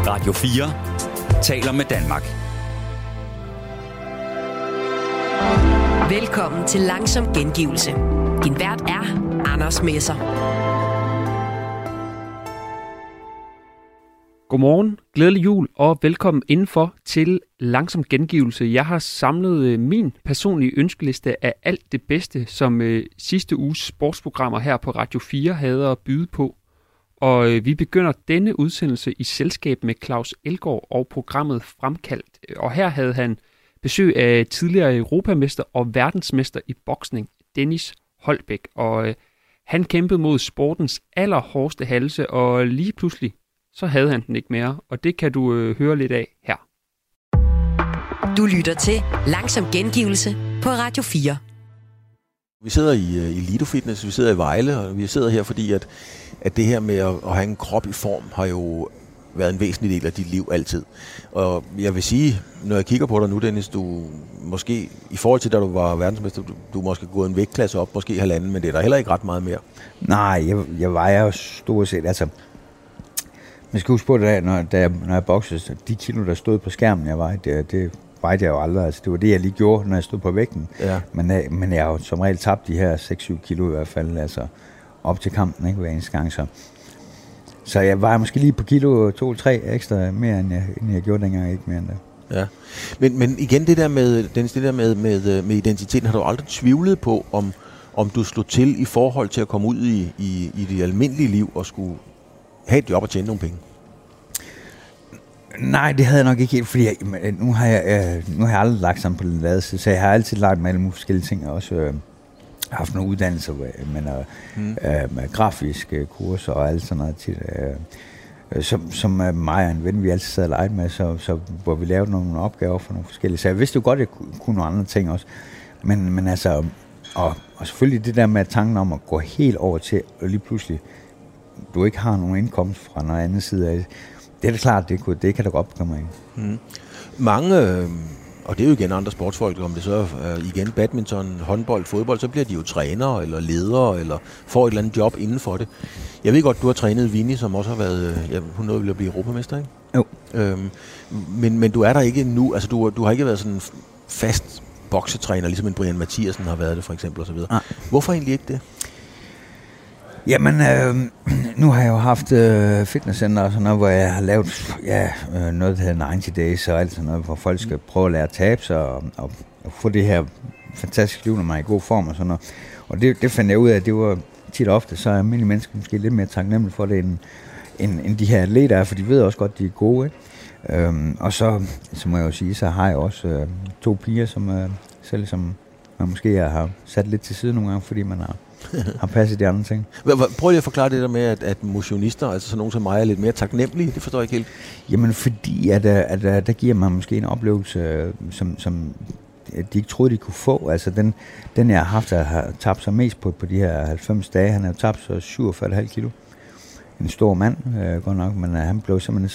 Radio 4 taler med Danmark. Velkommen til Langsom Gengivelse. Din vært er Anders Messer. Godmorgen, glædelig jul og velkommen indenfor til Langsom Gengivelse. Jeg har samlet min personlige ønskeliste af alt det bedste, som sidste uges sportsprogrammer her på Radio 4 havde at byde på. Og vi begynder denne udsendelse i selskab med Claus Elgaard og programmet Fremkaldt. Og her havde han besøg af tidligere europamester og verdensmester i boksning, Dennis Holbæk. Og han kæmpede mod sportens allerhårdeste halse, og lige pludselig så havde han den ikke mere. Og det kan du høre lidt af her. Du lytter til Langsom Gengivelse på Radio 4. Vi sidder i Lido Fitness, vi sidder i Vejle, og vi sidder her, fordi at det her med at have en krop i form har jo været en væsentlig del af dit liv altid. Og jeg vil sige, når jeg kigger på dig nu, Dennis, du måske, i forhold til da du var verdensmester, du måske gået en vægtklasse op, måske halvanden, men det er der heller ikke ret meget mere. Nej, jeg vejer jo stort set, altså, man skal huske på det, når jeg boxede, de kilo, der stod på skærmen, jeg vejede, det vejede jeg jo aldrig, altså det var det, jeg lige gjorde, når jeg stod på vægten. Ja. Men jeg har jo som regel tabt de her 6-7 kilo i hvert fald, altså op til kampen, ikke, hver eneste gang, så jeg var måske lige på kilo 2-3 ekstra mere, end jeg gjorde dengang, ikke mere end det. Ja, men igen det der med, Dennis, det der med identiteten, har du aldrig tvivlet på, om du slog til i forhold til at komme ud i det almindelige liv og skulle have et job og tjene nogle penge? Nej, det havde jeg nok ikke helt, fordi nu har jeg aldrig lagt sammen på den lade, så jeg har altid lagt med alle mulige forskellige ting, og også haft nogle uddannelser med grafiske kurser og alt sådan noget til, som mig og en ven, vi altid sad og legede med, så hvor vi lavede nogle opgaver for nogle forskellige. Så jeg vidste jo godt, at jeg kunne nogle andre ting også. Men altså, og selvfølgelig det der med tanken om at gå helt over til, og lige pludselig, du ikke har nogen indkomst fra noget andet side af det er da klart, det kan da godt komme ind. Mange, og det er jo igen andre sportsfolk, om det så er igen badminton, håndbold, fodbold, så bliver de jo trænere eller ledere, eller får et eller andet job inden for det. Jeg ved godt, du har trænet Vinnie, som også har været, hun nåede vel at blive europamester, ikke? Jo. Men du er der ikke nu, altså du har ikke været sådan fast boksetræner, ligesom en Brian Mathiasen har været det for eksempel, og så videre. Hvorfor egentlig ikke det? Jamen, nu har jeg jo haft fitnesscenter og sådan noget, hvor jeg har lavet noget, der hedder 90 Days og alt sådan noget, hvor folk skal prøve at lære at tabe sig og få det her fantastiske liv, når man er i god form og sådan noget. Og det fandt jeg ud af, at det var tit og ofte, så er almindelige mennesker måske lidt mere taknemmelige for det, end de her atleter er, for de ved også godt, at de er gode. Og så må jeg jo sige, så har jeg også 2 piger, som man måske har sat lidt til side nogle gange, fordi man har passet de andre ting. Prøv lige at forklare det der med, at motionister, altså sådan nogen som mig, er lidt mere taknemmelige. Det forstår jeg ikke helt. Jamen fordi, at der giver man måske en oplevelse, som de ikke troede, de kunne få. Altså den jeg har haft, der har tabt sig mest på de her 90 dage, han har tabt sig 47,5 kilo. En stor mand, godt nok, men han blev simpelthen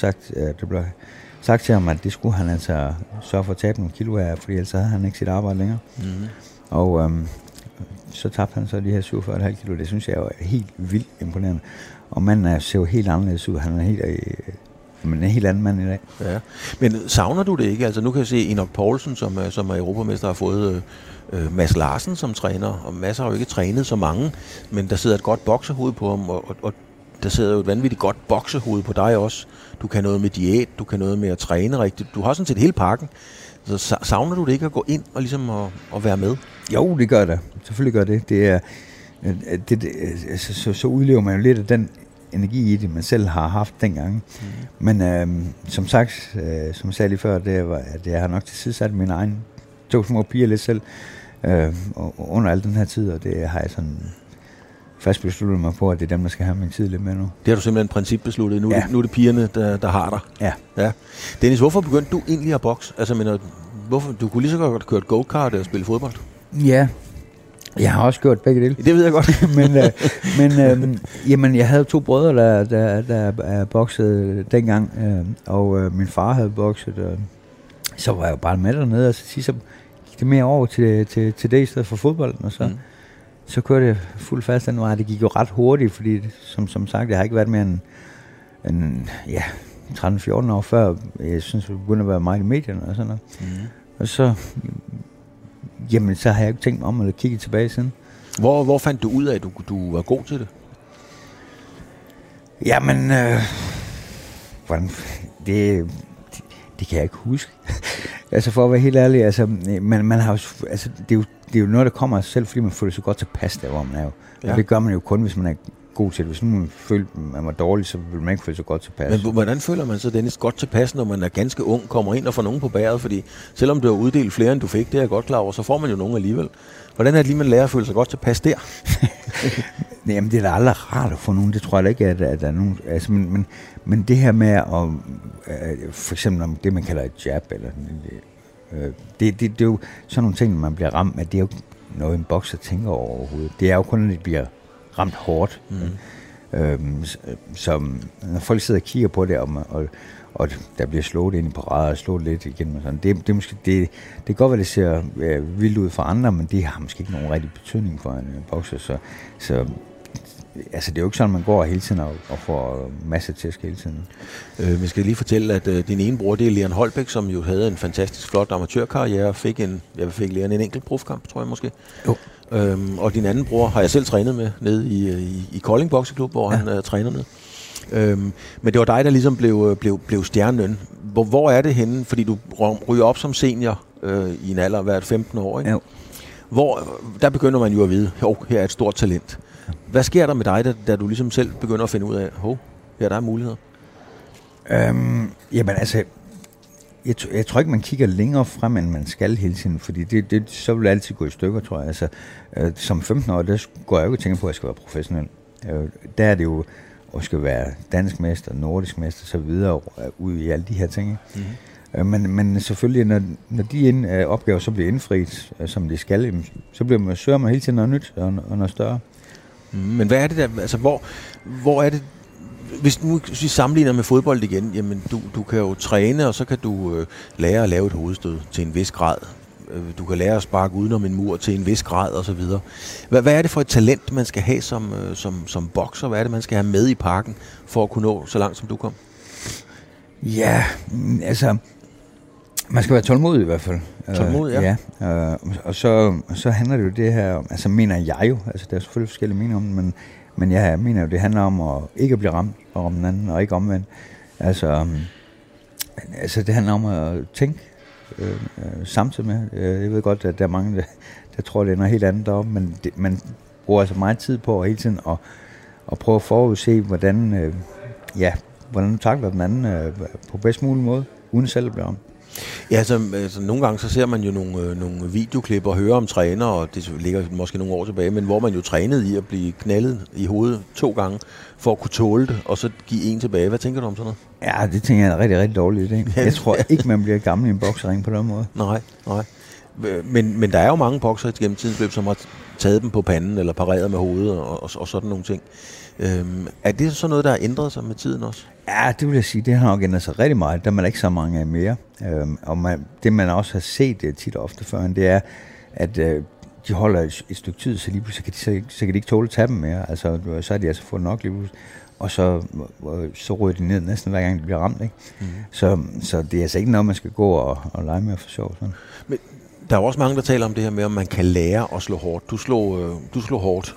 sagt til ham, at det skulle han altså sørge for at tabe nogle kilo af, fordi ellers havde han ikke sit arbejde længere. Mm-hmm. Og så tabte han så de her 47,5 kilo. Det synes jeg er helt vildt imponerende. Og manden ser jo helt anderledes ud. Han er en helt anden mand i dag. Ja. Men savner du det ikke? Altså nu kan jeg se Enoch Poulsen, som er europamester, har fået Mads Larsen som træner. Og Mads har jo ikke trænet så mange, men der sidder et godt boksehoved på ham, og der sidder jo et vanvittigt godt boksehoved på dig også. Du kan noget med diæt, du kan noget med at træne rigtigt. Du har sådan set hele pakken. Så savner du det ikke at gå ind og ligesom at være med? Jo, det gør det. Selvfølgelig gør det. Det er så udlever man jo lidt af den energi i det, man selv har haft dengang. Men som sagt, som jeg sagde lige før, det var, at jeg har nok tilsidesat mine egne 2 små piger lidt selv under al den her tid, og det har jeg sådan fast besluttet mig på, at det er dem, der skal have min tid lidt med nu. Det har du simpelthen principbesluttet. Nu er det pigerne, der har dig. Ja. Dennis, hvorfor begyndte du egentlig at bokse? Altså, hvorfor du kunne lige så godt køre go-kart og spille fodbold? Ja, jeg har også gjort begge dele. Det ved jeg godt. men jeg havde 2 brødre, der boksede dengang, og min far havde bokset, og så var jeg jo bare med dernede, og så gik det mere over til det i stedet for fodbolden, og så kørte jeg fuldt fast den vej. Det gik jo ret hurtigt, fordi som sagt, jeg har ikke været mere end 13-14 år før, jeg synes, det begyndte at være meget i medierne og sådan noget. Og så, jamen, så har jeg ikke tænkt mig om at kigge tilbage siden. Hvor fandt du ud af, at du var god til det? Jamen, hvordan, det kan jeg ikke huske. Altså for at være helt ærlig, altså, man har jo, altså, det er jo noget, der kommer af sig selv, fordi man føler sig godt tilpas der, hvor man er jo. Ja. Og det gør man jo kun, hvis man er god til det. Hvis nu man føler, man var dårlig, så vil man ikke føle sig godt tilpas. Men hvordan føler man så, Dennis, godt tilpas, når man er ganske ung, kommer ind og får nogen på bæret? Fordi selvom du har uddelt flere, end du fik, det er jeg godt klar over, så får man jo nogen alligevel. Hvordan er det lige, man lærer at føle sig godt tilpas der? Jamen, det er da aldrig rart at få nogen. Det tror jeg da ikke, at der er nogen. Altså, men det her med at, for eksempel om det, man kalder et jab, eller det er jo sådan nogle ting, man bliver ramt med. Det er jo noget, en bokser tænker overhovedet. Det er jo kun, at det bliver ramt hårdt. Så når folk sidder og kigger på det, og der bliver slået ind i parader og slået lidt igen. Og sådan. Det er måske det kan godt være, det ser vildt ud for andre, men det har måske ikke nogen rigtig betydning for en bokser. Så altså, det er jo ikke sådan, man går hele tiden og får masse tæsk hele tiden. Vi skal lige fortælle, at din ene bror, det er Leon Holbæk, som jo havde en fantastisk flot amatørkarriere og fik en enkelt profkamp, tror jeg måske. Jo. Og din anden bror har jeg selv trænet med nede i Kolding Bokseklub, hvor han træner ned. Men det var dig, der ligesom blev stjernen. Hvor er det henne? Fordi du ryger op som senior i en alder af hvert 15 år, ikke? Jo. Der begynder man jo at vide, her er et stort talent. Hvad sker der med dig, da du ligesom selv begynder at finde ud af, her der er muligheder? Jamen altså, jeg tror ikke, man kigger længere frem, end man skal hele tiden, fordi så vil det altid gå i stykker, tror jeg. Altså, som 15-årig, der går jeg jo ikke og tænker på, at jeg skal være professionel. Der er det jo, at skal være dansk mester, nordisk mester, så videre, ud i alle de her ting. Men selvfølgelig, når de opgaver så bliver indfriet, som de skal, så søger man hele tiden noget nyt og noget større. Men hvad er det der, altså hvor er det, hvis nu vi sammenligner med fodbold igen, jamen du kan jo træne, og så kan du lære at lave et hovedstød til en vis grad. Du kan lære at sparke udenom en mur til en vis grad og så videre. Hvad er det for et talent, man skal have som bokser? Hvad er det, man skal have med i parken for at kunne nå så langt, som du kom? Ja, altså, man skal være tålmodig i hvert fald. Tålmodig, ja. Og så handler det jo det her, altså mener jeg jo, altså der er selvfølgelig forskellige meninger om det, men jeg mener jo, det handler om at ikke at blive ramt om den anden, og ikke omvendt. Altså det handler om at tænke samtidig med. Jeg ved godt, at der er mange, der tror, det er noget helt andet deroppe, men man bruger altså meget tid på hele tiden at prøve at forudse, hvordan du takler den anden på bedst mulig måde, uden selv at blive ramt. Ja, altså nogle gange så ser man jo nogle videoklip og hører om træner, og det ligger måske nogle år tilbage, men hvor man jo trænede i at blive knaldet i hovedet 2 gange, for at kunne tåle det, og så give en tilbage. Hvad tænker du om sådan noget? Ja, det tænker jeg er en rigtig, rigtig dårlig idé. Jeg tror ikke, man bliver gammel i en boksering på den måde. Nej. Men der er jo mange boksere gennem tidens løb, som har taget dem på panden, eller pareret med hovedet, og sådan nogle ting. Er det så noget, der har ændret sig med tiden også? Ja, det vil jeg sige, det har nok ændret sig rigtig meget. Der er man ikke så mange af mere. Det man også har set tit og ofte før, det er, at de holder et stykke tid, så lige pludselig kan de ikke tåle at tage dem mere. Altså, så har de altså fået nok lige pludselig. Og så ryger de ned næsten hver gang de bliver ramt, ikke? Så det er altså ikke noget, man skal gå og lege med for sjov. Sådan. Men der er også mange, der taler om det her med, om man kan lære at slå hårdt. Du slog hårdt.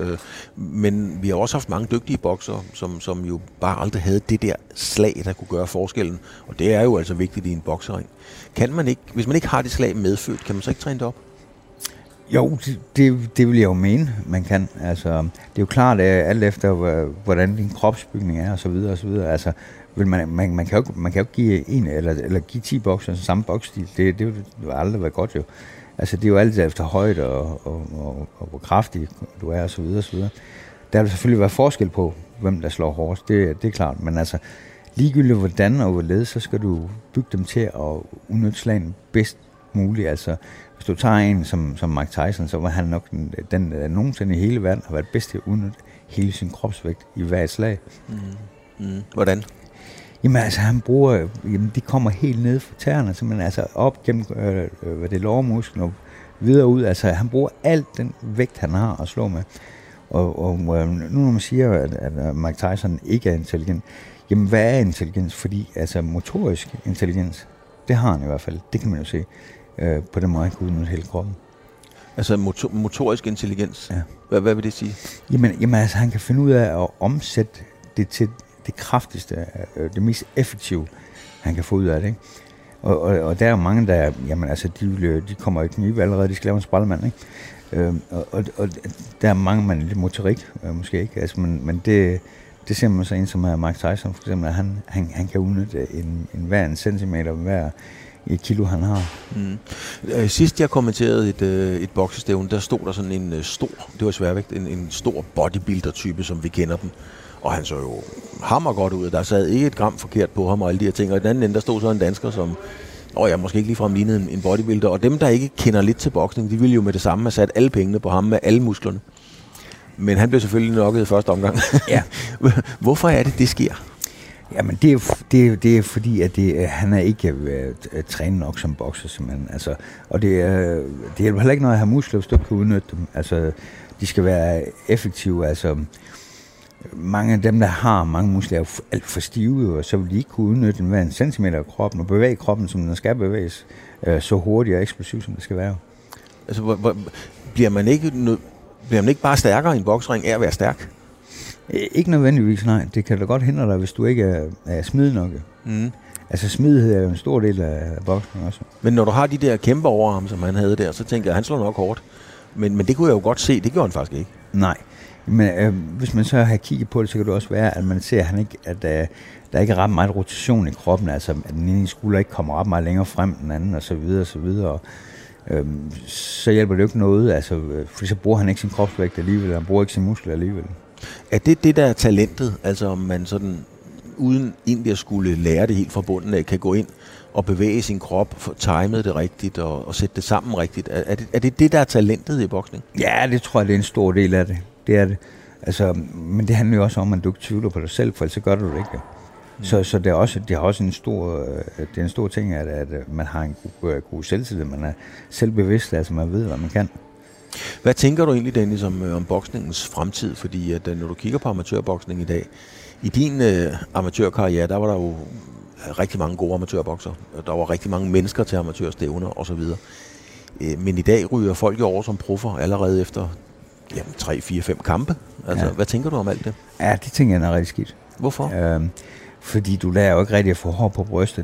Men vi har også haft mange dygtige boksere, som jo bare aldrig havde det der slag, der kunne gøre forskellen. Og det er jo altså vigtigt i en boksering. Kan man ikke, hvis man ikke har det slag medfødt, kan man så ikke træne det op? Jo, det vil jeg jo mene, man kan. Altså, det er jo klart, at alt efter, hvordan din kropsbygning er, og så videre, og så videre. Altså, man kan jo ikke give en eller give 10 bokser samme boksstil. Det vil aldrig være godt jo. Altså, det er jo altid efter højde og hvor kraftig du er, og så videre, og så videre. Der vil selvfølgelig være forskel på, hvem der slår hårdest. Det er klart. Men altså, ligegyldigt hvordan og hvorledes, så skal du bygge dem til at udnytte slagen bedst muligt. Altså, hvis du tager en som Mike Tyson, så var han nok den nogensinde i hele verden har været bedst til at udnytte hele sin kropsvægt i hver slag. Hvordan? Jamen altså, de kommer helt ned fra tæerne, simpelthen altså op gennem lårmusklen og videre ud. Altså, han bruger alt den vægt, han har at slå med. Og nu når man siger, at Mike Tyson ikke er intelligent, Jamen, hvad er intelligens? Fordi, altså, motorisk intelligens, det har han i hvert fald. Det kan man jo se på den måde, han kan udnytte hele kroppen. Altså motorisk intelligens? Ja. Hvad vil det sige? Jamen, altså, han kan finde ud af at omsætte det til det kraftigste, det mest effektive, han kan få ud af det, ikke? Og der er jo mange, der, jamen altså, de kommer i knive allerede, de skal lave en sprællemand, ikke? Og der er mange, man lidt motorik, måske ikke, altså, men det ser man så en som er Mike Tyson, for eksempel, at han kan udnytte hver en centimeter, hver et kilo, han har. Sidst jeg kommenterede et boksestævne, der stod der sådan en stor, det var sværvægt, en stor bodybuilder-type, som vi kender dem. Og han så jo hammer godt ud. Der sad ikke et gram forkert på ham og alle de her ting. Og i den anden ende, der stod så en dansker, som jeg måske ikke ligefrem lignede en bodybuilder. Og dem, der ikke kender lidt til boksning, de ville jo med det samme have sat alle pengene på ham med alle musklerne. Men han blev selvfølgelig nokket i første omgang. Ja. Hvorfor er det sker? Jamen, det er fordi, at han er ikke trænet nok som bokser, simpelthen. Altså, og det hjælper heller ikke noget at have muskler, hvis du kan udnytte dem. Altså, de skal være effektive. Altså, mange af dem, der har mange muskler, er jo alt for stive, og så vil de ikke kunne udnytte hver en centimeter af kroppen, og bevæge kroppen, som den skal bevæges, så hurtigt og eksplosivt, som det skal være. Altså, bliver man ikke bare stærkere i en boksring af at være stærk? Ikke nødvendigvis, nej. Det kan da godt hindre dig, hvis du ikke er smidig nok. Altså smidighed er jo en stor del af boksning også. Men når du har de der kæmpe overarme, som han havde der, så tænker jeg, at han slår nok hårdt. Men det kunne jeg jo godt se, det gjorde han faktisk ikke. Nej. Men hvis man så har kigget på det, så kan det også være, at man ser, at der ikke er ret meget rotation i kroppen. Altså, at den ene skulder ikke kommer ret meget længere frem den anden, og så videre, og så videre. Så hjælper det jo ikke noget. Altså, for så bruger han ikke sin kropsvægt alligevel, han bruger ikke sin muskler alligevel. Er det der talentet, altså om man sådan, uden egentlig at skulle lære det helt fra bunden af, kan gå ind og bevæge sin krop, få timet det rigtigt og sætte det sammen rigtigt? Er det der er talentet i boksning? Ja, det tror jeg, det er en stor del af det. Det er det. Altså, men det handler jo også om, at du ikke tvivler på dig selv, for ellers så gør du det ikke. Så det er også en stor ting, at man har en god selvtillid, man er selvbevidst, altså man ved, hvad man kan. Hvad tænker du egentlig, Dennis, om boksningens fremtid? Fordi at, når du kigger på amatørboksning i dag, i din amatørkarriere, der var der jo rigtig mange gode amatørbokser. Der var rigtig mange mennesker til amatørstævner osv. Men i dag ryger folk jo over som proffer allerede efter 3, 4, 5 kampe. Altså, Hvad tænker du om alt det? Ja, det tænker jeg er rigtig skidt. Hvorfor? Fordi du lærer jo ikke rigtig at få hår på brystet.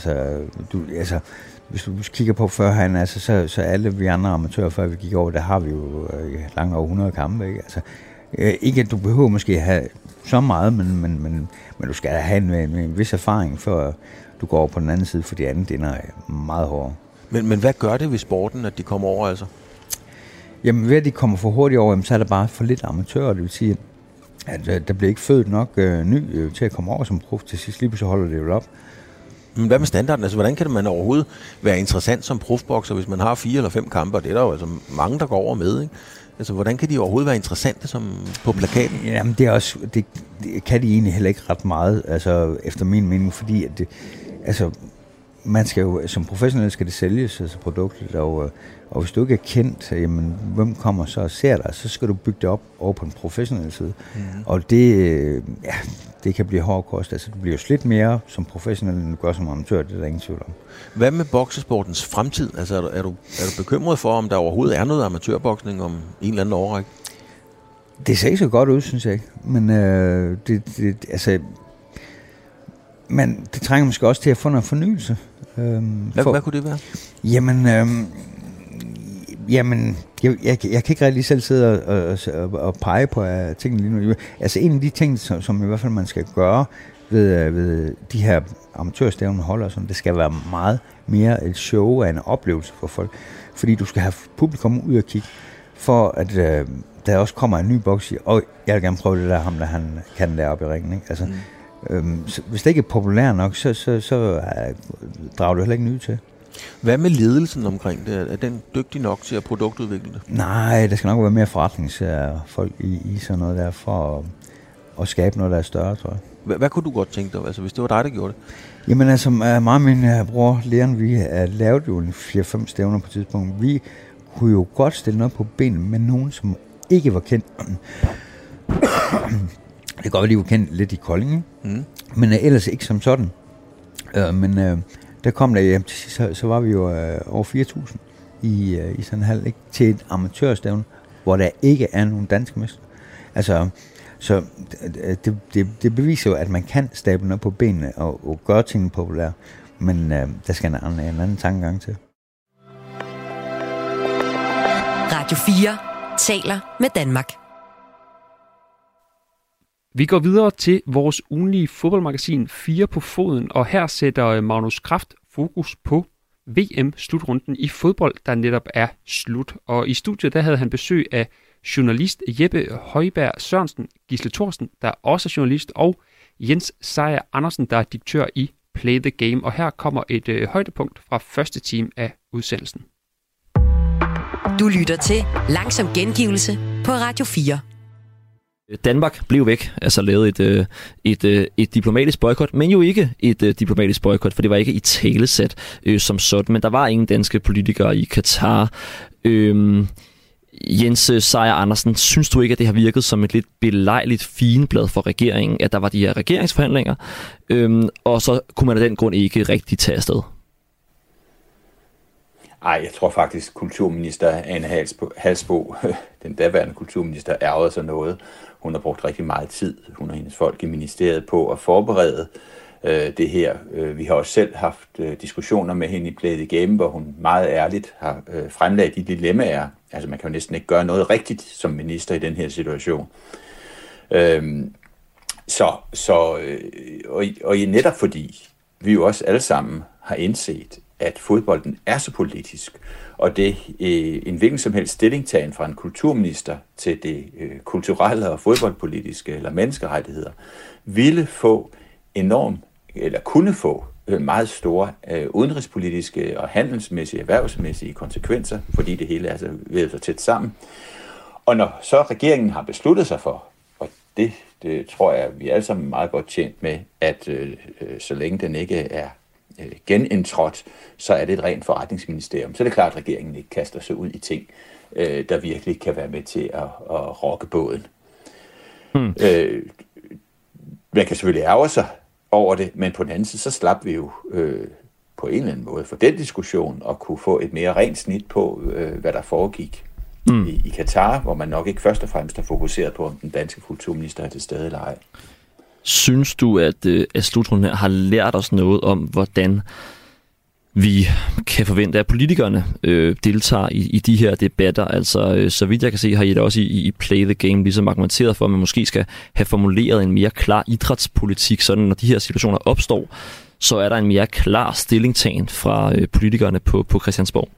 Hvis du kigger på førhen, altså, så alle vi andre amatører, før vi gik over, der har vi jo langt over 100 kampe. Ikke? Altså, ikke at du behøver måske have så meget, men du skal have en vis erfaring, før du går over på den anden side, for de andre ender meget hårdere. Men hvad gør det ved sporten, at de kommer over, altså? Jamen ved at de kommer for hurtigt over, så er der bare for lidt amatører, det vil sige, at der bliver ikke født nok ny til at komme over som prof til sidst, lige så holder det jo op. Men hvad med standarden? Altså, hvordan kan man overhovedet være interessant som profbokser, hvis man har 4 eller 5 kampe? Det er der jo altså mange, der går over med, ikke? Altså, hvordan kan de overhovedet være interessante som på plakaten? Jamen, det kan de egentlig heller ikke ret meget, altså efter min mening, fordi at man skal jo, som professionel skal det sælges, altså produktet, og hvis du ikke er kendt, jamen, hvem kommer så og ser dig, så skal du bygge det op over på en professionel side. Og det kan blive hård kost. Altså, du bliver jo slidt mere som professionel, end du gør som amatør, det er der ingen tvivl om. Hvad med boksesportens fremtid? Altså, er du bekymret for, om der overhovedet er noget amatørboksning om en eller anden årrække? Det ser ikke så godt ud, synes jeg ikke. Men men det trænger måske også til at få noget fornyelse. Hvad kunne det være? Jamen, jeg kan ikke rigtig selv sidde og pege på tingene lige nu. Altså en af de ting, som i hvert fald man skal gøre ved de her amatørstævner holder, sådan, det skal være meget mere et show af en oplevelse for folk. Fordi du skal have publikum ud og kigge, for at der også kommer en ny boks, og jeg vil gerne prøve det der, ham der han kan deroppe i ringen. Ikke? Altså, hvis det ikke er populært nok, så drager du heller ikke nye til. Hvad med ledelsen omkring det? Er den dygtig nok til at produktudvikle det? Nej, der skal nok være mere forretningsfolk i sådan noget der, for at skabe noget, der er større, tror jeg. Hvad kunne du godt tænke dig, altså, hvis det var dig, der gjorde det? Jamen altså, mig og min bror Leon, vi lavede jo 4-5 stævner på et tidspunkt. Vi kunne jo godt stille noget på benene med nogen, som ikke var kendt. Det kan godt være, de var kendt lidt i Kolding, Men ellers ikke som sådan. Der kom der hjem til sidst, så var vi jo over 4.000 i sådan en hal, ikke? Til et amatørstævne, hvor der ikke er nogen danske mester. Altså, så det beviser jo, at man kan stable noget på benene og gøre tingene populære, men der skal en anden tankegang til. Radio 4 taler med Danmark. Vi går videre til vores ugenlige fodboldmagasin 4 på foden, og her sætter Magnus Kraft fokus på VM-slutrunden i fodbold, der netop er slut. Og i studiet der havde han besøg af journalist Jeppe Højberg Sørensen, Gisle Thorsen, der er også journalist, og Jens Sejer Andersen, der er direktør i Play the Game. Og her kommer et højdepunkt fra første time af udsendelsen. Du lytter til Langsom Gengivelse på Radio 4. Danmark blev væk, altså lavet et diplomatisk boykot, men jo ikke et diplomatisk boykot, for det var ikke i talesæt som sådan, men der var ingen danske politikere i Katar. Jens Sejer Andersen, synes du ikke, at det har virket som et lidt belejligt figenblad for regeringen, at der var de her regeringsforhandlinger, og så kunne man af den grund ikke rigtig tage afsted? Ej, jeg tror faktisk, kulturminister Ane Halsbo, den daværende kulturminister, ærgede sig noget. Hun har brugt rigtig meget tid, hun og hendes folk i ministeriet, på at forberede det her. Vi har også selv haft diskussioner med hende i Play the Game, hvor hun meget ærligt har fremlagt de dilemmaer. Altså man kan jo næsten ikke gøre noget rigtigt som minister i den her situation. Og netop fordi vi jo også alle sammen har indset, at fodbolden er så politisk, og det en hvilken som helst stillingtagen fra en kulturminister til det kulturelle og fodboldpolitiske eller menneskerettigheder, ville få kunne få meget store udenrigspolitiske og handelsmæssige, erhvervsmæssige konsekvenser, fordi det hele er så vævet så tæt sammen. Og når så regeringen har besluttet sig for, og det tror jeg, vi er alle sammen meget godt tjent med, at så længe den ikke er genindtrådt, så er det et rent forretningsministerium. Så er det klart, at regeringen ikke kaster sig ud i ting, der virkelig kan være med til at rokke båden. Man kan selvfølgelig ærge sig over det, men på den anden side, så slap vi jo på en eller anden måde for den diskussion og kunne få et mere rent snit på, hvad der foregik i Katar, hvor man nok ikke først og fremmest har fokuseret på, om den danske kulturminister er til stede eller ej. Synes du, at slutrunden her har lært os noget om, hvordan vi kan forvente, at politikerne deltager i de her debatter? Altså, så vidt jeg kan se, har I det også i Play the Game ligesom argumenteret for, at man måske skal have formuleret en mere klar idrætspolitik, sådan når de her situationer opstår, så er der en mere klar stillingtagen fra politikerne på Christiansborg.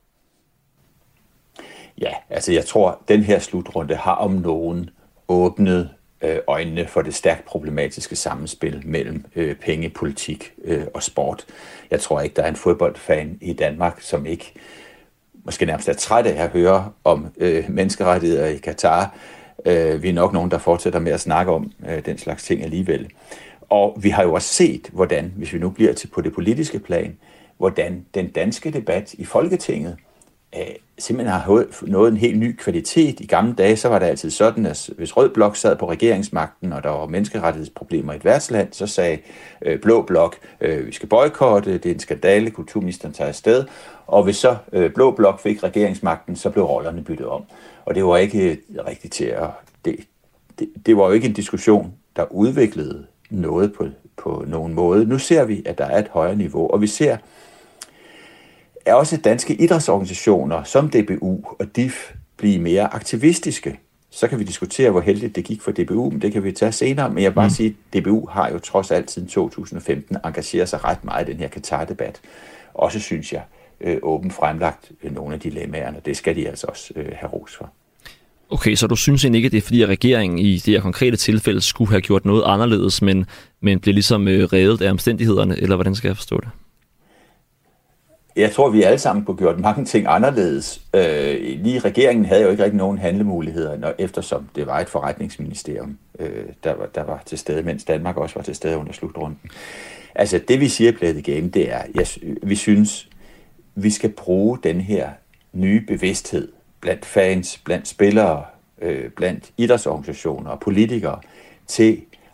Ja, altså jeg tror, den her slutrunde har om nogen åbnet øjnene for det stærkt problematiske sammenspil mellem penge, politik og sport. Jeg tror ikke, der er en fodboldfan i Danmark, som ikke måske nærmest er træt af at høre om menneskerettigheder i Katar. Vi er nok nogen, der fortsætter med at snakke om den slags ting alligevel. Og vi har jo også set, hvordan, hvis vi nu bliver på det politiske plan, hvordan den danske debat i Folketinget simpelthen har nået en helt ny kvalitet. I gamle dage, så var det altid sådan, at hvis Rød Blok sad på regeringsmagten, og der var menneskerettighedsproblemer i et værtsland, så sagde Blå Blok, vi skal boykotte, det er en skandale, kulturministeren tager afsted. Og hvis så Blå Blok fik regeringsmagten, så blev rollerne byttet om. Og det var ikke rigtigt til at... Det var jo ikke en diskussion, der udviklede noget på nogen måde. Nu ser vi, at der er et højere niveau, og vi ser er også danske idrætsorganisationer som DBU og DIF blive mere aktivistiske. Så kan vi diskutere, hvor heldigt det gik for DBU, men det kan vi tage senere. Men jeg vil bare sige, at DBU har jo trods alt siden 2015 engageret sig ret meget i den her Katar-debat. Også synes jeg åbent fremlagt nogle af dilemmaerne. Det skal de altså også have ros for. Okay, så du synes egentlig ikke, at det er fordi, at regeringen i det her konkrete tilfælde skulle have gjort noget anderledes, men blev ligesom revet af omstændighederne, eller hvordan skal jeg forstå det? Jeg tror, vi alle sammen kunne gjort mange ting anderledes. Lige regeringen havde jo ikke rigtig nogen handlemuligheder, eftersom det var et forretningsministerium, der var til stede, mens Danmark også var til stede under slutrunden. Altså det vi siger i Play the Game, det er, vi synes, vi skal bruge den her nye bevidsthed blandt fans, blandt spillere, blandt idrætsorganisationer og politikere til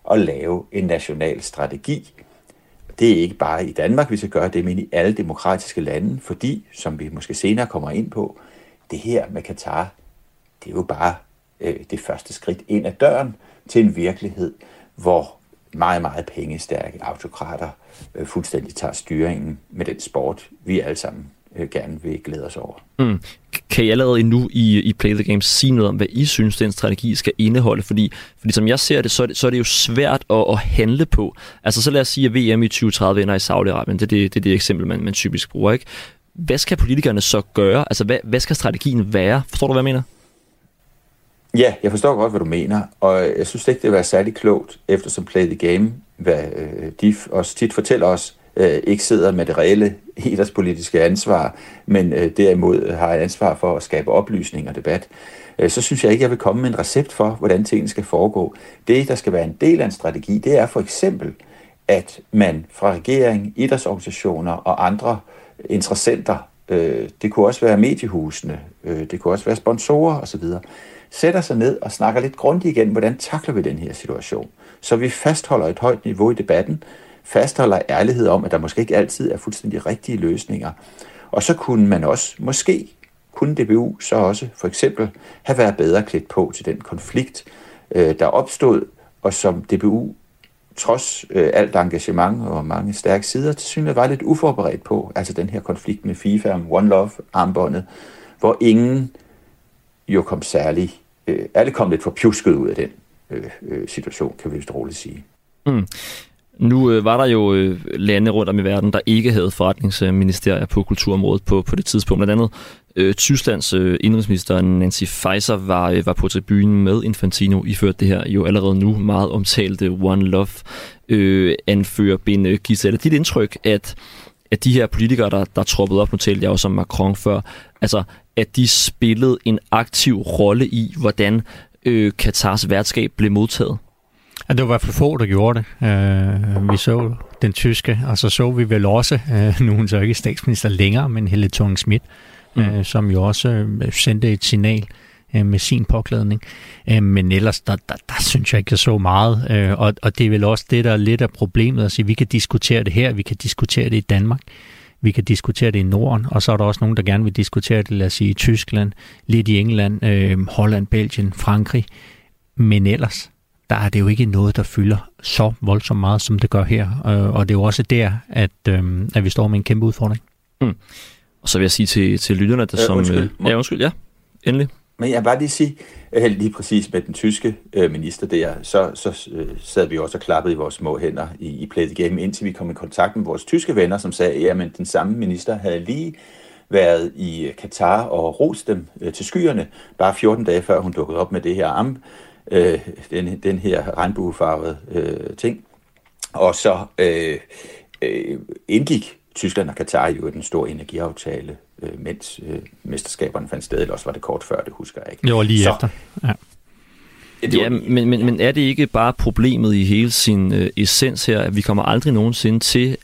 at lave en national strategi. Det er ikke bare i Danmark, vi skal gøre det, men i alle demokratiske lande, fordi, som vi måske senere kommer ind på, det her med Katar, det er jo bare det første skridt ind ad døren til en virkelighed, hvor meget, meget pengestærke autokrater fuldstændig tager styringen med den sport, vi alle sammen gerne vil glæde os over. Kan I allerede nu i Play the Game sige noget om, hvad I synes, den strategi skal indeholde? Fordi som jeg ser det, så er det jo svært at handle på. Altså så lad os sige, at VM i 2030 ender i Saudi-Arabien. Det er det eksempel, man typisk bruger, ikke? Hvad skal politikerne så gøre? Altså hvad skal strategien være? Forstår du, hvad jeg mener? Ja, jeg forstår godt, hvad du mener, og jeg synes ikke, det vil være særlig klogt, eftersom Play the Game, hvad de også tit fortæller os, ikke sidder med det reelle idrætspolitiske ansvar, men derimod har et ansvar for at skabe oplysning og debat, så synes jeg ikke, jeg vil komme med en recept for, hvordan tingene skal foregå. Det, der skal være en del af en strategi, det er for eksempel, at man fra regering, idrætsorganisationer og andre interessenter, det kunne også være mediehusene, det kunne også være sponsorer osv., sætter sig ned og snakker lidt grundigt igen, hvordan takler vi den her situation. Så vi fastholder et højt niveau i debatten, fastholder ærlighed om, at der måske ikke altid er fuldstændig rigtige løsninger. Og så kunne man også, måske kunne DBU så også for eksempel have været bedre klædt på til den konflikt, der opstod, og som DBU trods alt engagement og mange stærke sider til synligheden var lidt uforberedt på, altså den her konflikt med FIFA om One Love-armbåndet, hvor ingen jo kom særlig, alle kom lidt for pjusket ud af den situation, kan vi vist roligt sige. Nu var der jo lande rundt om i verden, der ikke havde forretningsministerier på kulturområdet på det tidspunkt. Blandt andet Tysklands indrigsminister Nancy Faeser var på tribunen med Infantino, iført det her jo allerede nu meget omtalte One Love anfører Ben Giselle. Dit indtryk, at de her politikere, der troppede op, nu talte jeg også om Macron før, altså at de spillede en aktiv rolle i, hvordan Katars værtskab blev modtaget? Ja, det var i hvert fald få, der gjorde det. Vi så den tyske, og så vi vel også, nu hun så ikke statsminister længere, men Helle Thorning-Schmidt, som jo også sendte et signal med sin påklædning. Men ellers, der synes jeg ikke, jeg så meget. Og det er vel også det, der er lidt af problemet at sige, vi kan diskutere det her, vi kan diskutere det i Danmark, vi kan diskutere det i Norden, og så er der også nogen, der gerne vil diskutere det, lad os sige, i Tyskland, lidt i England, Holland, Belgien, Frankrig. Men ellers, der er det jo ikke noget, der fylder så voldsomt meget, som det gør her. Og det er jo også der, at vi står med en kæmpe udfordring. Og så vil jeg sige til lytterne, der som... Undskyld, endelig. Men jeg vil bare lige sige, lige præcis med den tyske minister der, så sad vi også og klappede i vores små hænder i Play the Game, indtil vi kom i kontakt med vores tyske venner, som sagde, jamen den samme minister havde lige været i Katar og rost dem til skyerne, bare 14 dage før hun dukkede op med det her den her regnbuefarvede ting. Og så indgik Tyskland og Katar jo den store energiaftale, mens mesterskaberne fandt sted, eller også var det kort før, det husker jeg ikke. Det var lige efter. Ja, men er det ikke bare problemet i hele sin essens her, at vi kommer aldrig nogensinde til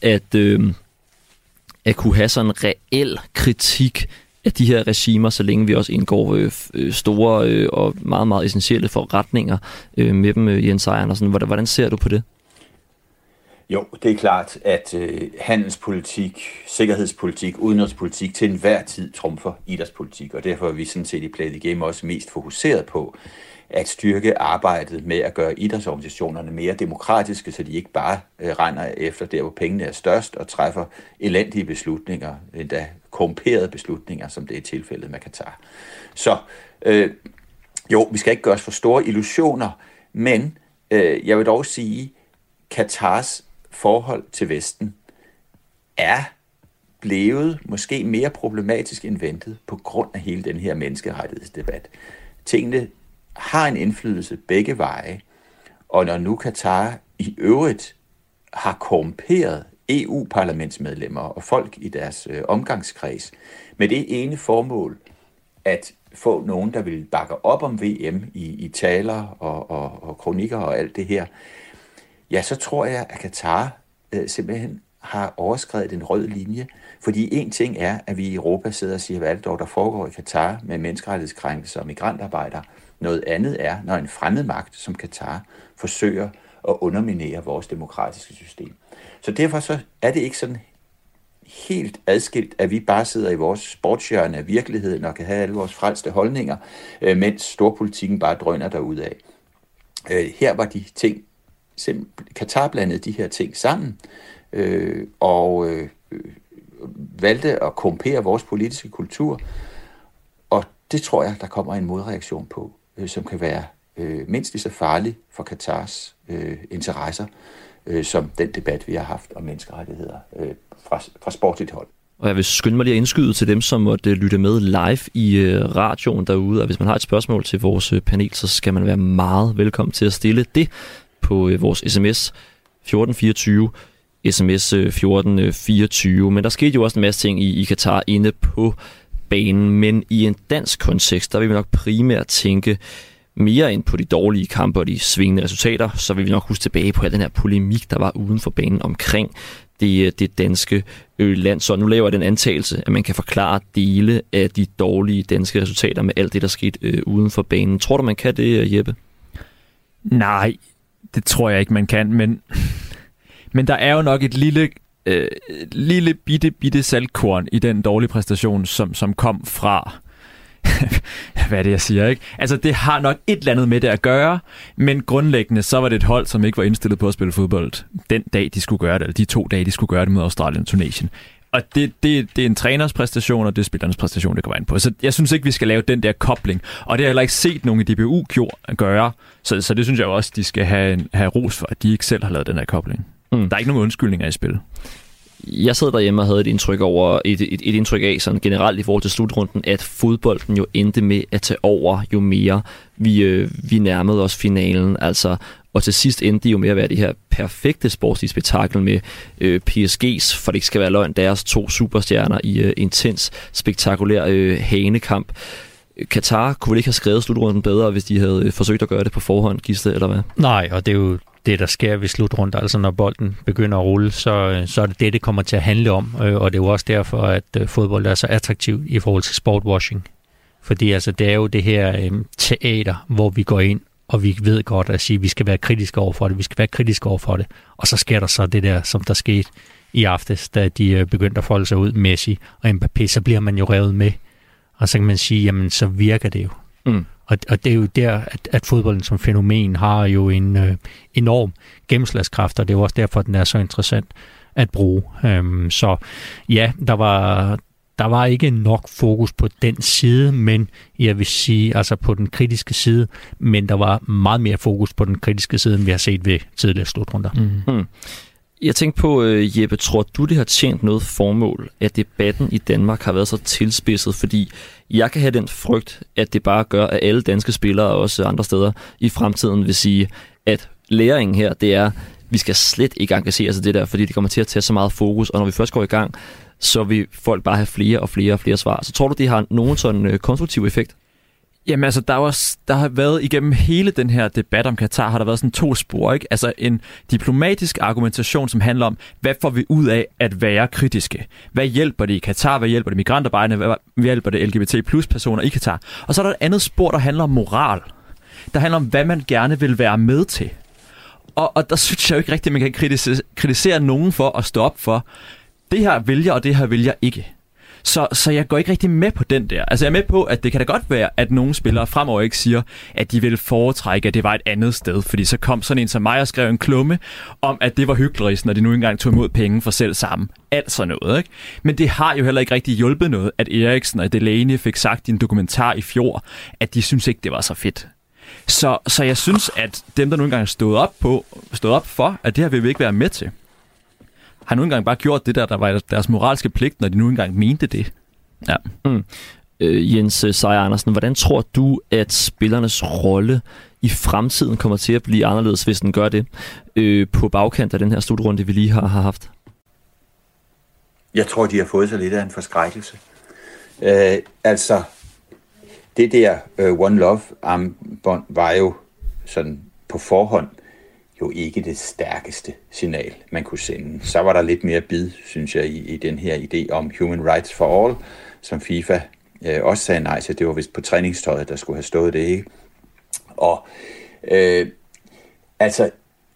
at kunne have sådan en reel kritik af de her regimer, så længe vi også indgår store og meget, meget essentielle forretninger med dem, Jens Andersen. Hvordan ser du på det? Jo, det er klart, at handelspolitik, sikkerhedspolitik, udenrigspolitik til enhver tid trumfer idrætspolitik, og derfor er vi sådan set i Play the Game også mest fokuseret på at styrke arbejdet med at gøre idrætsorganisationerne mere demokratiske, så de ikke bare render efter der, hvor pengene er størst, og træffer elendige beslutninger, endda korrumperede beslutninger, som det er tilfældet med Katar. Så jo, vi skal ikke gøre os for store illusioner, men jeg vil dog sige, Katars forhold til Vesten er blevet måske mere problematisk end ventet på grund af hele den her menneskerettighedsdebat. Tingene har en indflydelse begge veje, og når nu Katar i øvrigt har korrumperet EU-parlamentsmedlemmer og folk i deres omgangskreds med det ene formål at få nogen, der vil bakke op om VM i taler og kronikker og alt det her, ja, så tror jeg, at Katar simpelthen har overskredet en rød linje. Fordi en ting er, at vi i Europa sidder og siger, hvad er det dog, der foregår i Katar med menneskerettighedskrænkelser og migrantarbejdere. Noget andet er, når en fremmed magt som Katar forsøger at underminere vores demokratiske system. Så derfor så er det ikke sådan helt adskilt, at vi bare sidder i vores sportshjørne af virkeligheden og kan have alle vores frelste holdninger, mens storpolitikken bare drøner derudad. Her var de ting, Katar blandede de her ting sammen, og valgte at korrumpere vores politiske kultur, og det tror jeg, der kommer en modreaktion på, som kan være mindst lige så farlig for Katars interesser, som den debat, vi har haft om menneskerettigheder fra sportligt hold. Og jeg vil skynde mig lige at indskyde til dem, som måtte lytte med live i radioen derude, og hvis man har et spørgsmål til vores panel, så skal man være meget velkommen til at stille det på vores sms 1424, sms 1424. Men der skete jo også en masse ting i Katar inde på banen, men i en dansk kontekst, der vil vi nok primært tænke mere ind på de dårlige kampe og de svingende resultater, så vil vi nok huske tilbage på al den her polemik, der var uden for banen omkring det danske land. Så nu laver jeg den antagelse, at man kan forklare dele af de dårlige danske resultater med alt det, der skete uden for banen. Tror du, man kan det, Jeppe? Nej, det tror jeg ikke, man kan, men der er jo nok et lille bitte saltkorn i den dårlige præstation, som kom fra hvad er det, jeg siger, ikke? Altså, det har nok et eller andet med det at gøre, men grundlæggende, så var det et hold, som ikke var indstillet på at spille fodbold den dag, de skulle gøre det, eller de 2 dage, de skulle gøre det mod Australien og Tunesien. Og det er en træners præstation, og det er spillernes præstation, det går ind på. Så jeg synes ikke, vi skal lave den der kobling. Og det har jeg heller ikke set nogen i DBU gøre. Så det synes jeg også, de skal have ros for, at de ikke selv har lavet den her kobling. Der er ikke nogen undskyldninger i spil. Jeg sad derhjemme og havde et indtryk af sådan generelt i forhold til slutrunden, at fodbolden jo endte med at tage over, jo mere vi nærmede os finalen. Altså, og til sidst endte det jo med at være det her perfekte sportslige spektakel med PSG's, for det ikke skal være løgn, deres 2 superstjerner i intens, spektakulær hanekamp. Katar kunne vel ikke have skrevet slutrunden bedre, hvis de havde forsøgt at gøre det på forhånd, Gisle, eller hvad? Nej, og det er jo det, der sker ved slutrunden. Altså når bolden begynder at rulle, så er det det kommer til at handle om. Og det er jo også derfor, at fodbold er så attraktiv i forhold til sportwashing. Fordi altså, det er jo det her teater, hvor vi går ind, og vi ved godt at sige, at vi skal være kritiske over for det. Og så sker der så det der, som der skete i aftes, da de begyndte at folde sig ud, Messi og Mbappé, så bliver man jo revet med. Og så kan man sige, jamen så virker det jo. Og det er jo der, at fodbolden som fænomen har jo en enorm gennemslagskraft, og det er jo også derfor, at den er så interessant at bruge. Så ja, der var ikke nok fokus på den side, men jeg vil sige, altså på den kritiske side, men der var meget mere fokus på den kritiske side, end vi har set ved tidligere slutrunder. Jeg tænkte på, Jeppe, tror du, det har tjent noget formål, at debatten i Danmark har været så tilspidset? Fordi jeg kan have den frygt, at det bare gør, at alle danske spillere og også andre steder i fremtiden vil sige, at læringen her, det er, vi skal slet ikke engagere sig i det der, fordi det kommer til at tage så meget fokus, og når vi først går i gang, så vil folk bare have flere og flere svar. Så tror du, det har nogen sådan konstruktiv effekt? Jamen altså, der har været igennem hele den her debat om Katar, har der været sådan 2 spor, ikke? Altså en diplomatisk argumentation, som handler om, hvad får vi ud af at være kritiske? Hvad hjælper det i Katar? Hvad hjælper det migrantarbejderne? Hvad hjælper det LGBT plus personer i Katar? Og så er der et andet spor, der handler om moral. Der handler om, hvad man gerne vil være med til. Og der synes jeg jo ikke rigtigt, at man kan kritisere nogen for at stå op for, det her vil jeg, og det her vil jeg ikke. Så jeg går ikke rigtig med på den der. Altså jeg er med på, at det kan da godt være, at nogle spillere fremover ikke siger, at de vil foretrække, at det var et andet sted. Fordi så kom sådan en som mig og skrev en klumme om, at det var hyklerisk, når de nu engang tog imod penge for selv sammen. Alt sådan noget, ikke? Men det har jo heller ikke rigtig hjulpet noget, at Eriksen og Delaney fik sagt i en dokumentar i fjor, at de synes ikke, det var så fedt. Så jeg synes, at dem, der nu engang stod op for, at det her vil vi ikke være med til, har nu engang bare gjort det der var deres moralske pligt, når de nu engang mente det. Ja. Jens Sejer Andersen, hvordan tror du, at spillernes rolle i fremtiden kommer til at blive anderledes, hvis den gør det, på bagkant af den her slutrunde, vi lige har haft? Jeg tror, de har fået sig lidt af en forskrækkelse. Altså, det der One Love-armbånd var jo sådan på forhånd jo ikke det stærkeste signal, man kunne sende. Så var der lidt mere bid, synes jeg, i den her idé om human rights for all, som FIFA også sagde nej til. Det var vist på træningstøjet, der skulle have stået det, ikke? Og altså,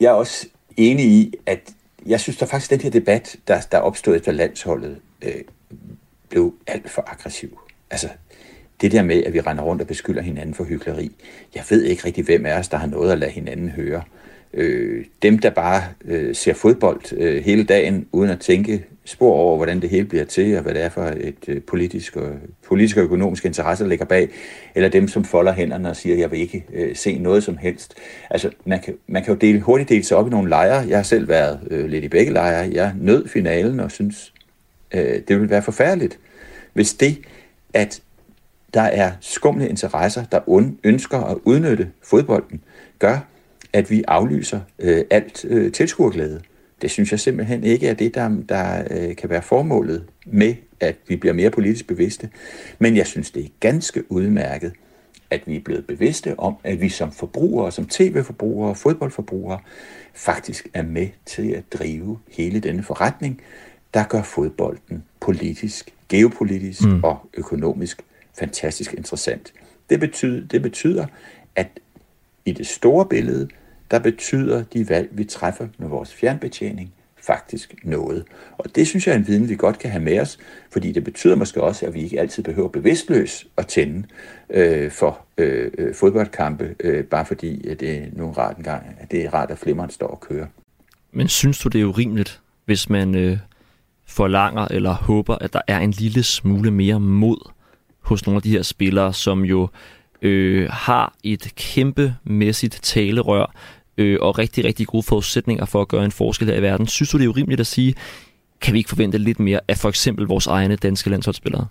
jeg er også enig i, at jeg synes, der faktisk den her debat, der opstod efter landsholdet, blev alt for aggressiv. Altså, det der med, at vi render rundt og beskylder hinanden for hykleri. Jeg ved ikke rigtig, hvem af os, der har noget at lade hinanden høre. Dem, der bare ser fodbold hele dagen, uden at tænke spor over, hvordan det hele bliver til, og hvad det er for et politisk og økonomisk interesse, der ligger bag, eller dem, som folder hænderne og siger, jeg vil ikke se noget som helst. Altså, man kan jo hurtigt dele sig op i nogle lejre. Jeg har selv været lidt i begge lejre. Jeg nød finalen og synes, det ville være forfærdeligt, hvis det, at der er skumle interesser, der ønsker at udnytte fodbolden, gør, at vi aflyser alt tilskuerglæde. Det synes jeg simpelthen ikke er det, der kan være formålet med, at vi bliver mere politisk bevidste. Men jeg synes, det er ganske udmærket, at vi er blevet bevidste om, at vi som forbrugere, som tv-forbrugere og fodboldforbrugere, faktisk er med til at drive hele denne forretning, der gør fodbolden politisk, geopolitisk og økonomisk fantastisk interessant. Det betyder, at i det store billede, der betyder de valg, vi træffer med vores fjernbetjening, faktisk noget. Og det synes jeg er en viden, vi godt kan have med os, fordi det betyder måske også, at vi ikke altid behøver bevidstløs at tænde for fodboldkampe, bare fordi at det er nogle rart en gang, at det er rart, at flimmeren står og kører. Men synes du, det er urimeligt, hvis man forlanger eller håber, at der er en lille smule mere mod hos nogle af de her spillere, som jo har et kæmpemæssigt talerør og rigtig, rigtig gode forudsætninger for at gøre en forskel her i verden. Synes du, det er urimeligt at sige, kan vi ikke forvente lidt mere af for eksempel vores egne danske landsholdsspillere?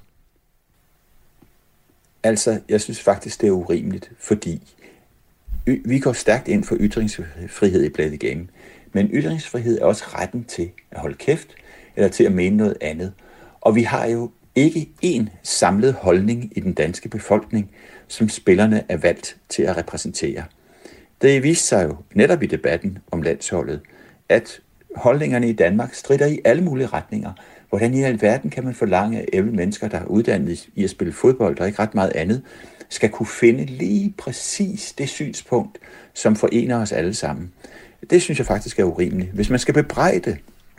Altså, jeg synes faktisk, det er urimeligt, fordi vi går stærkt ind for ytringsfrihed i Play the Game, men ytringsfrihed er også retten til at holde kæft, eller til at mene noget andet. Og vi har jo ikke én samlet holdning i den danske befolkning, som spillerne er valgt til at repræsentere. Det viste sig jo netop i debatten om landsholdet, at holdningerne i Danmark stritter i alle mulige retninger. Hvordan i alverden kan man forlange, at 11 mennesker, der er uddannet i at spille fodbold og ikke ret meget andet, skal kunne finde lige præcis det synspunkt, som forener os alle sammen. Det synes jeg faktisk er urimeligt. Hvis man skal bebrejde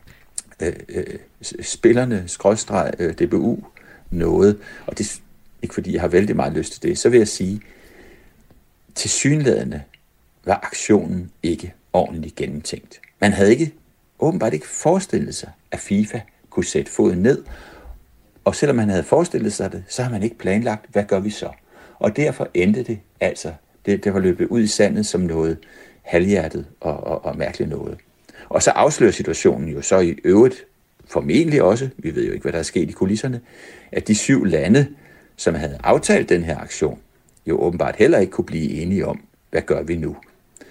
spillerne, DBU, noget, og det er ikke fordi, jeg har vældig meget lyst til det, så vil jeg sige, tilsyneladende var aktionen ikke ordentligt gennemtænkt. Man havde åbenbart ikke forestillet sig, at FIFA kunne sætte foden ned, og selvom man havde forestillet sig det, så har man ikke planlagt, hvad gør vi så? Og derfor endte det altså, det var løbet ud i sandet som noget halvhjertet og mærkeligt noget. Og så afslører situationen jo så i øvrigt formentlig også, vi ved jo ikke, hvad der er sket i kulisserne, at de 7 lande, som havde aftalt den her aktion, jo åbenbart heller ikke kunne blive enige om, hvad gør vi nu?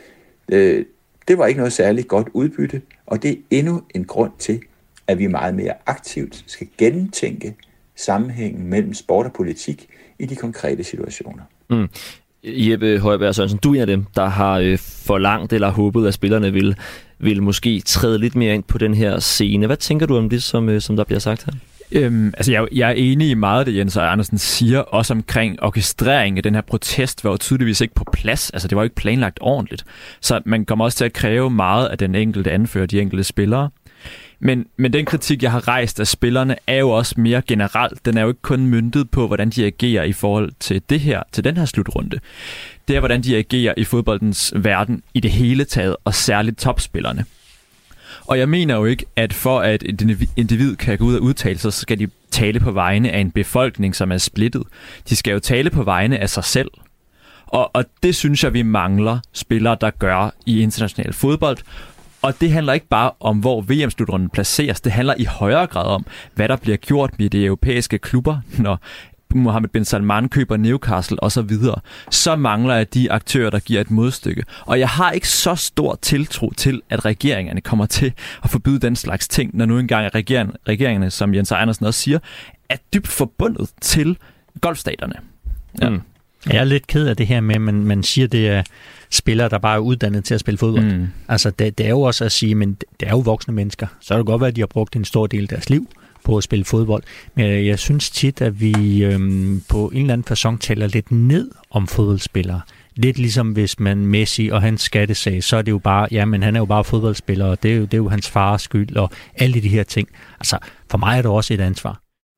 Det var ikke noget særligt godt udbytte, og det er endnu en grund til, at vi meget mere aktivt skal gennemtænke sammenhængen mellem sport og politik i de konkrete situationer. Jeppe Højberg Sørensen, du er en af dem, der har forlangt eller håbet, at spillerne vil måske træde lidt mere ind på den her scene. Hvad tænker du om det, som der bliver sagt her? Jeg er enig i meget af det, Jens og Andersen siger, også omkring orkestrering af den her protest, var jo tydeligvis ikke på plads. Altså, det var ikke planlagt ordentligt. Så man kommer også til at kræve meget af den enkelte anfører, de enkelte spillere. Men den kritik, jeg har rejst af spillerne, er jo også mere generelt. Den er jo ikke kun møntet på, hvordan de agerer i forhold til til den her slutrunde. Det er, hvordan de agerer i fodboldens verden i det hele taget, og særligt topspillerne. Og jeg mener jo ikke, at for at et individ kan gå ud og udtale sig, så skal de tale på vegne af en befolkning, som er splittet. De skal jo tale på vegne af sig selv. Og det synes jeg, vi mangler spillere, der gør i international fodbold. Og det handler ikke bare om, hvor VM-slutrunden placeres. Det handler i højere grad om, hvad der bliver gjort med de europæiske klubber, når Mohammed bin Salman køber Newcastle osv. Så mangler jeg de aktører, der giver et modstykke. Og jeg har ikke så stor tiltro til, at regeringerne kommer til at forbyde den slags ting, når nu engang regeringerne, som Jens Andersen også siger, er dybt forbundet til golfstaterne. Ja. Jeg er lidt ked af det her med, at man siger, det er spillere, der bare er uddannet til at spille fodbold. Altså, det er jo også at sige, men det er jo voksne mennesker. Så er det godt være, at de har brugt en stor del af deres liv på at spille fodbold. Men jeg synes tit, at vi på en eller anden facon taler lidt ned om fodboldspillere. lidt ligesom hvis man Messi og hans skattesag, så er det jo bare, jamen han er jo bare fodboldspiller, og det er jo hans fars skyld, og alle de her ting. Altså, for mig er det også et ansvar.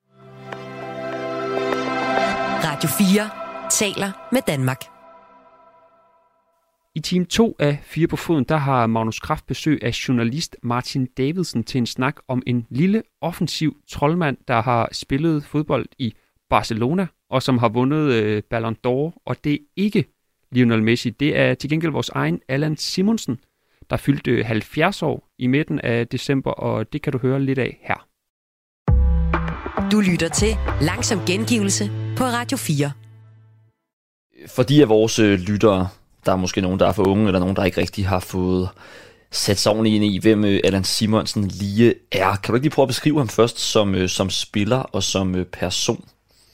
Radio 4 taler med Danmark. I time 2 af 4 på foden, der har Magnus Kraft besøg af journalist Martin Davidsen til en snak om en lille offensiv troldmand, der har spillet fodbold i Barcelona, og som har vundet Ballon d'Or, og det er ikke Lionel Messi. Det er til gengæld vores egen Allan Simonsen, der fyldte 70 år i midten af december, og det kan du høre lidt af her. Du lytter til Langsom Gengivelse på Radio 4. Fordi af vores lyttere, der er måske nogen, der er for unge, eller nogen, der ikke rigtig har fået sat sig ordentligt ind i, hvem Allan Simonsen lige er. Kan du ikke lige prøve at beskrive ham først som spiller og som person?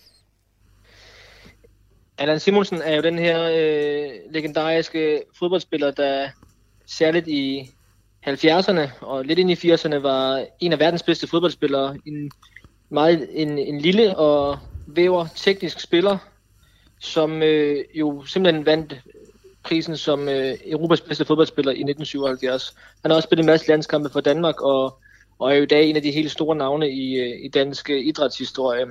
Allan Simonsen er jo den her legendariske fodboldspiller, der særligt i 70'erne og lidt ind i 80'erne var en af verdens bedste fodboldspillere. En lille og væver teknisk spiller, som jo simpelthen vandt prisen som Europas bedste fodboldspiller i 1977. Han har også spillet en masse landskampe for Danmark, og er jo i dag en af de helt store navne i dansk idrætshistorie.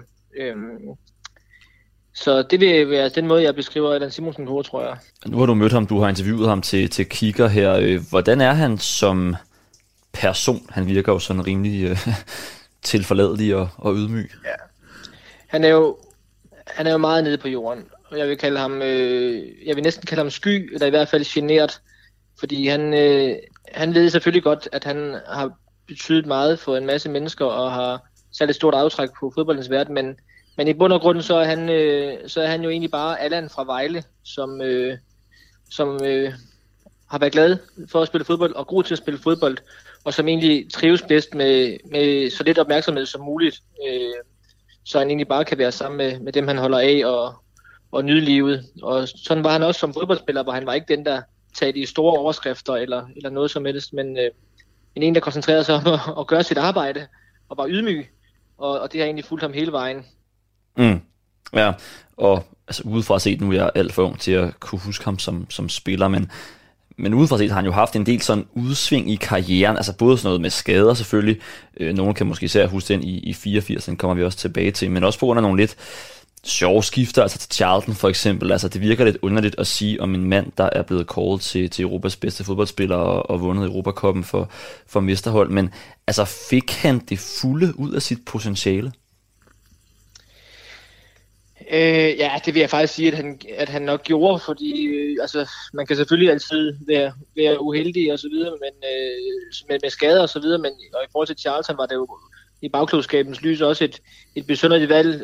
Så det vil være den måde, jeg beskriver Allan Simonsen på, tror jeg. Nu har du mødt ham, du har interviewet ham til Kigger her. Hvordan er han som person? Han virker jo sådan rimelig tilforladelig og ydmyg. Ja. Han er jo meget nede på jorden. Og jeg vil næsten kalde ham sky, eller i hvert fald genert. Fordi han ved selvfølgelig godt, at han har betydet meget for en masse mennesker, og har sat et stort aftræk på fodboldens verden, men i bund og grund, så er han jo egentlig bare Allan fra Vejle, som har været glad for at spille fodbold, og god til at spille fodbold, og som egentlig trives bedst med så lidt opmærksomhed som muligt, så han egentlig bare kan være sammen med dem, han holder af, og nyde livet. Og sådan var han også som fodboldspiller, hvor han var ikke den, der tager de store overskrifter eller noget som helst, men en, der koncentrerede sig om at gøre sit arbejde, og var ydmyg, og det har egentlig fulgt ham hele vejen. Mm. Ja, og altså udefra set, nu er jeg alt for ung til at kunne huske ham som spiller, men udefra set har han jo haft en del sådan udsving i karrieren, altså både sådan noget med skader selvfølgelig, nogen kan måske især huske den i 84, den kommer vi også tilbage til, men også på grund af nogle lidt sjove skifter, altså til Charlton for eksempel, altså det virker lidt underligt at sige om en mand, der er blevet kåret til Europas bedste fodboldspiller og vundet Europacuppen for mesterhold, men altså fik han det fulde ud af sit potentiale? Ja, det vil jeg faktisk sige, at han nok gjorde, fordi altså, man kan selvfølgelig altid være uheldig og så videre, men med skader og så videre, og i forhold til Charlton var det jo i bagklogskabens lys også et besynderligt valg,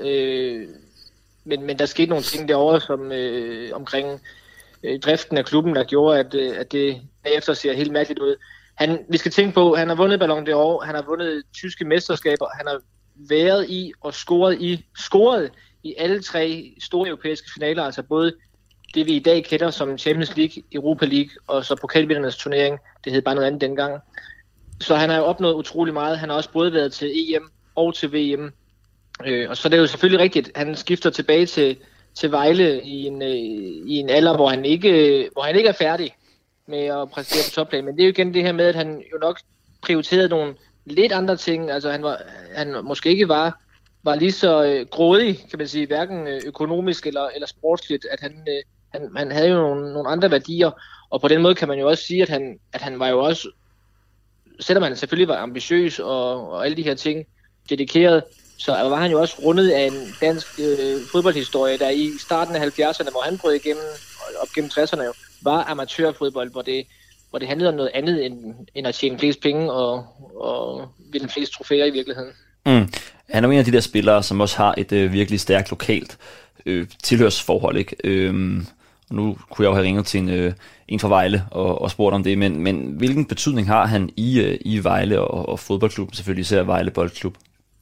men der skete nogle ting derovre, som omkring driften af klubben, der gjorde, at det bagefter ser helt mærkeligt ud. Vi skal tænke på, at han har vundet Ballon d'Or, han har vundet tyske mesterskaber, han har været i og scoret i alle 3 store europæiske finaler, altså både det, vi i dag kender som Champions League, Europa League og så pokalvindernes turnering. Det hed bare noget andet dengang. Så han har jo opnået utrolig meget. Han har også både været til EM og til VM. Og så er det jo selvfølgelig rigtigt, han skifter tilbage til Vejle i en alder, hvor han ikke er færdig med at præstere på topplan. Men det er jo igen det her med, at han jo nok prioriterede nogle lidt andre ting. Altså han måske ikke var lige så grådig, kan man sige, hverken økonomisk eller sportsligt, at han havde jo nogle andre værdier, og på den måde kan man jo også sige, at han var jo også, selvom han selvfølgelig var ambitiøs og alle de her ting dedikeret, så var han jo også rundet af en dansk fodboldhistorie, der i starten af 70'erne, hvor han brød igennem, op gennem 60'erne jo, var amatørfodbold, hvor det handlede om noget andet end at tjene flest penge og vinde flest trofæer i virkeligheden. Mm. Han er jo en af de der spillere, som også har et virkelig stærkt lokalt tilhørsforhold, ikke? Og nu kunne jeg jo have ringet til en fra Vejle og spurgt om det, men hvilken betydning har han i Vejle og fodboldklubben, selvfølgelig især Vejle Boldklub?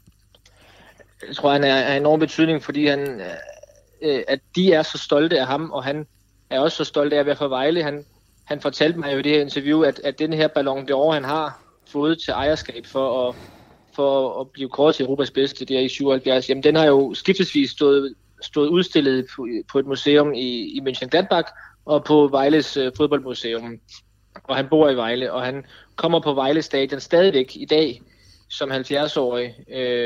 Jeg tror, han er enorm betydning, fordi at de er så stolte af ham, og han er også så stolt af at være fra Vejle. Han fortalte mig jo i det her interview, at den her Ballon d'Or, han har fået til ejerskab for at blive kåret til Europas bedste der i 77, jamen den har jo skiftesvis stået udstillet på et museum i Mönchengladbach, og på Vejles fodboldmuseum. Og han bor i Vejle, og han kommer på Vejle Stadion stadigvæk i dag som 70-årig.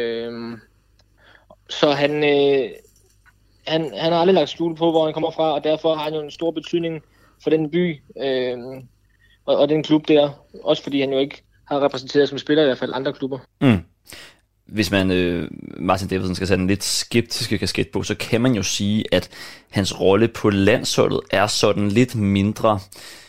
Så han har aldrig lagt skjul på, hvor han kommer fra, og derfor har han jo en stor betydning for den by og den klub der. Også fordi han jo ikke har repræsenteret som spiller i hvert fald andre klubber. Hvis man, Martin Davidsen, skal sætte en lidt skeptiske kasket på, så kan man jo sige, at hans rolle på landsholdet er sådan lidt mindre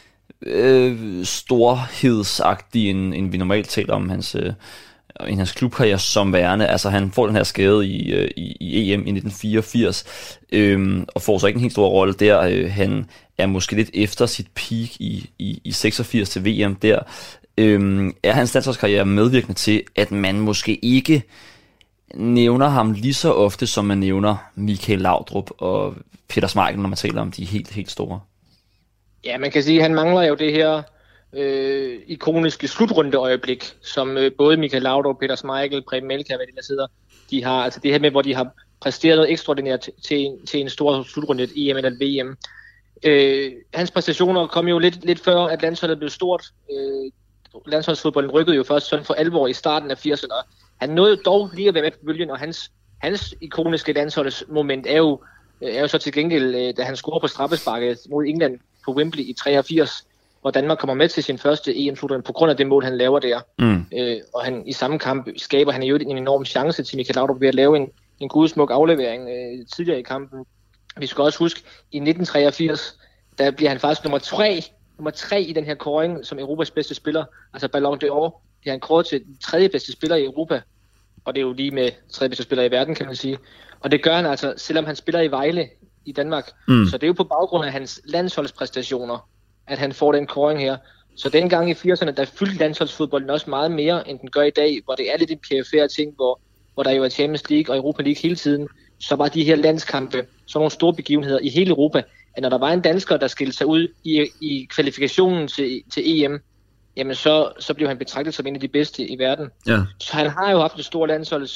storhedsagtig, end vi normalt taler om hans klubkarriere som værende. Altså han får den her skade i EM i 1984, og får så ikke en helt stor rolle der. Han er måske lidt efter sit peak i 86 til VM der. Er hans landsholdskarriere medvirkende til, at man måske ikke nævner ham lige så ofte, som man nævner Michael Laudrup og Peter Schmeichel, når man taler om de helt store? Ja, man kan sige, at han mangler jo det her ikoniske slutrundeøjeblik, som både Michael Laudrup, Peter Schmeichel, Preben Elkjær, hvad de der sidder, de har. Altså det her med, hvor de har præsteret noget ekstraordinært til en stor slutrunde, et EM eller et VM. Hans præstationer kom jo lidt før, at landsholdet blev stort. Landsholdsfodbolden rykkede jo først sådan for alvor i starten af 80'erne. Han nåede dog lige at være med på bølgen, og hans ikoniske landsholdsmoment er jo så til gengæld, da han scorer på straffesparket mod England på Wembley i 83, hvor Danmark kommer med til sin første EM-slutrunde på grund af det mål, han laver der. Og han i samme kamp skaber han jo en enorm chance til Michael Laudrup ved at lave en gudsmuk aflevering tidligere i kampen. Vi skal også huske, i 1983, der bliver han faktisk nummer 3 i den her kåring som Europas bedste spiller, altså Ballon d'Or. Det er han kåret til den 3. bedste spiller i Europa, og det er jo lige med 3. bedste spiller i verden, kan man sige. Og det gør han altså, selvom han spiller i Vejle i Danmark. Så det er jo på baggrund af hans landsholdspræstationer, at han får den kåring her. Så dengang i 80'erne, der fyldte landsholdsfodbolden også meget mere, end den gør i dag, hvor det er lidt en perifære ting, hvor der jo er Champions League og Europa League hele tiden. Så var de her landskampe, sådan nogle store begivenheder i hele Europa, at når der var en dansker, der skilte sig ud i kvalifikationen til EM, jamen så blev han betragtet som en af de bedste i verden. Ja. Så han har jo haft en stor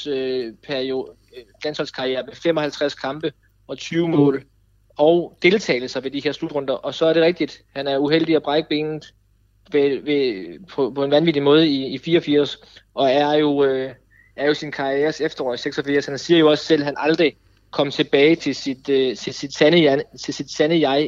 landsholdskarriere med 55 kampe og 20 mål og deltagelser ved de her slutrunder. Og så er det rigtigt, han er uheldig at brække benet på en vanvittig måde i 84, og er jo sin karrieres efterår i 86. Han siger jo også selv, at han aldrig kom tilbage til sit sande jeg,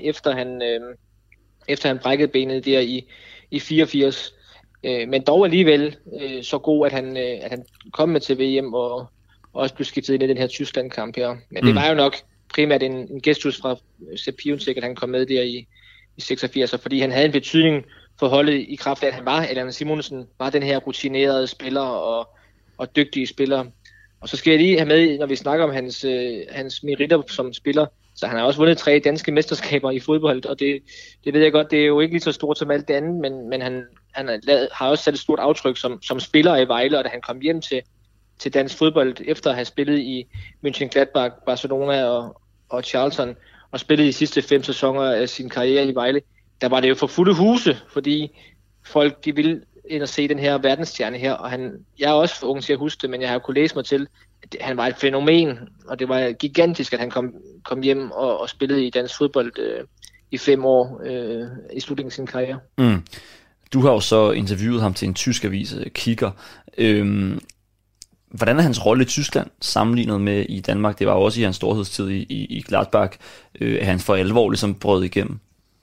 efter han brækkede benet der i 84. Men dog alligevel så god, at han kom med til VM og også blev skiftet ind i den her Tyskland-kamp her. Men det var jo nok primært en gestus fra Sepp Piontek, at han kom med der i 86, fordi han havde en betydning for holdet i kraft af, at han var, Allan Simonsen var den her rutinerede spiller og dygtige spiller. Og så skal jeg lige have med, når vi snakker om hans meritter som spiller, så han har også vundet 3 danske mesterskaber i fodbold, og det ved jeg godt, det er jo ikke lige så stort som alt det andet, men han har også sat et stort aftryk som spiller i Vejle, og da han kom hjem til dansk fodbold, efter at have spillet i Mönchengladbach, Barcelona og Charlton, og spillet de sidste 5 sæsoner af sin karriere i Vejle, der var det jo for fulde huse, fordi folk de ville ind og se den her verdensstjerne her, og jeg er også for ung til at huske det, men jeg har jo kunnet læse mig til, at han var et fænomen, og det var gigantisk, at han kom hjem og spillede i dansk fodbold i 5 år i slutningen af sin karriere. Du har jo så interviewet ham til en tysk avis, Kicker. Hvordan er hans rolle i Tyskland sammenlignet med i Danmark? Det var jo også i hans storhedstid i Gladbach, at han for alvor ligesom brød igennem.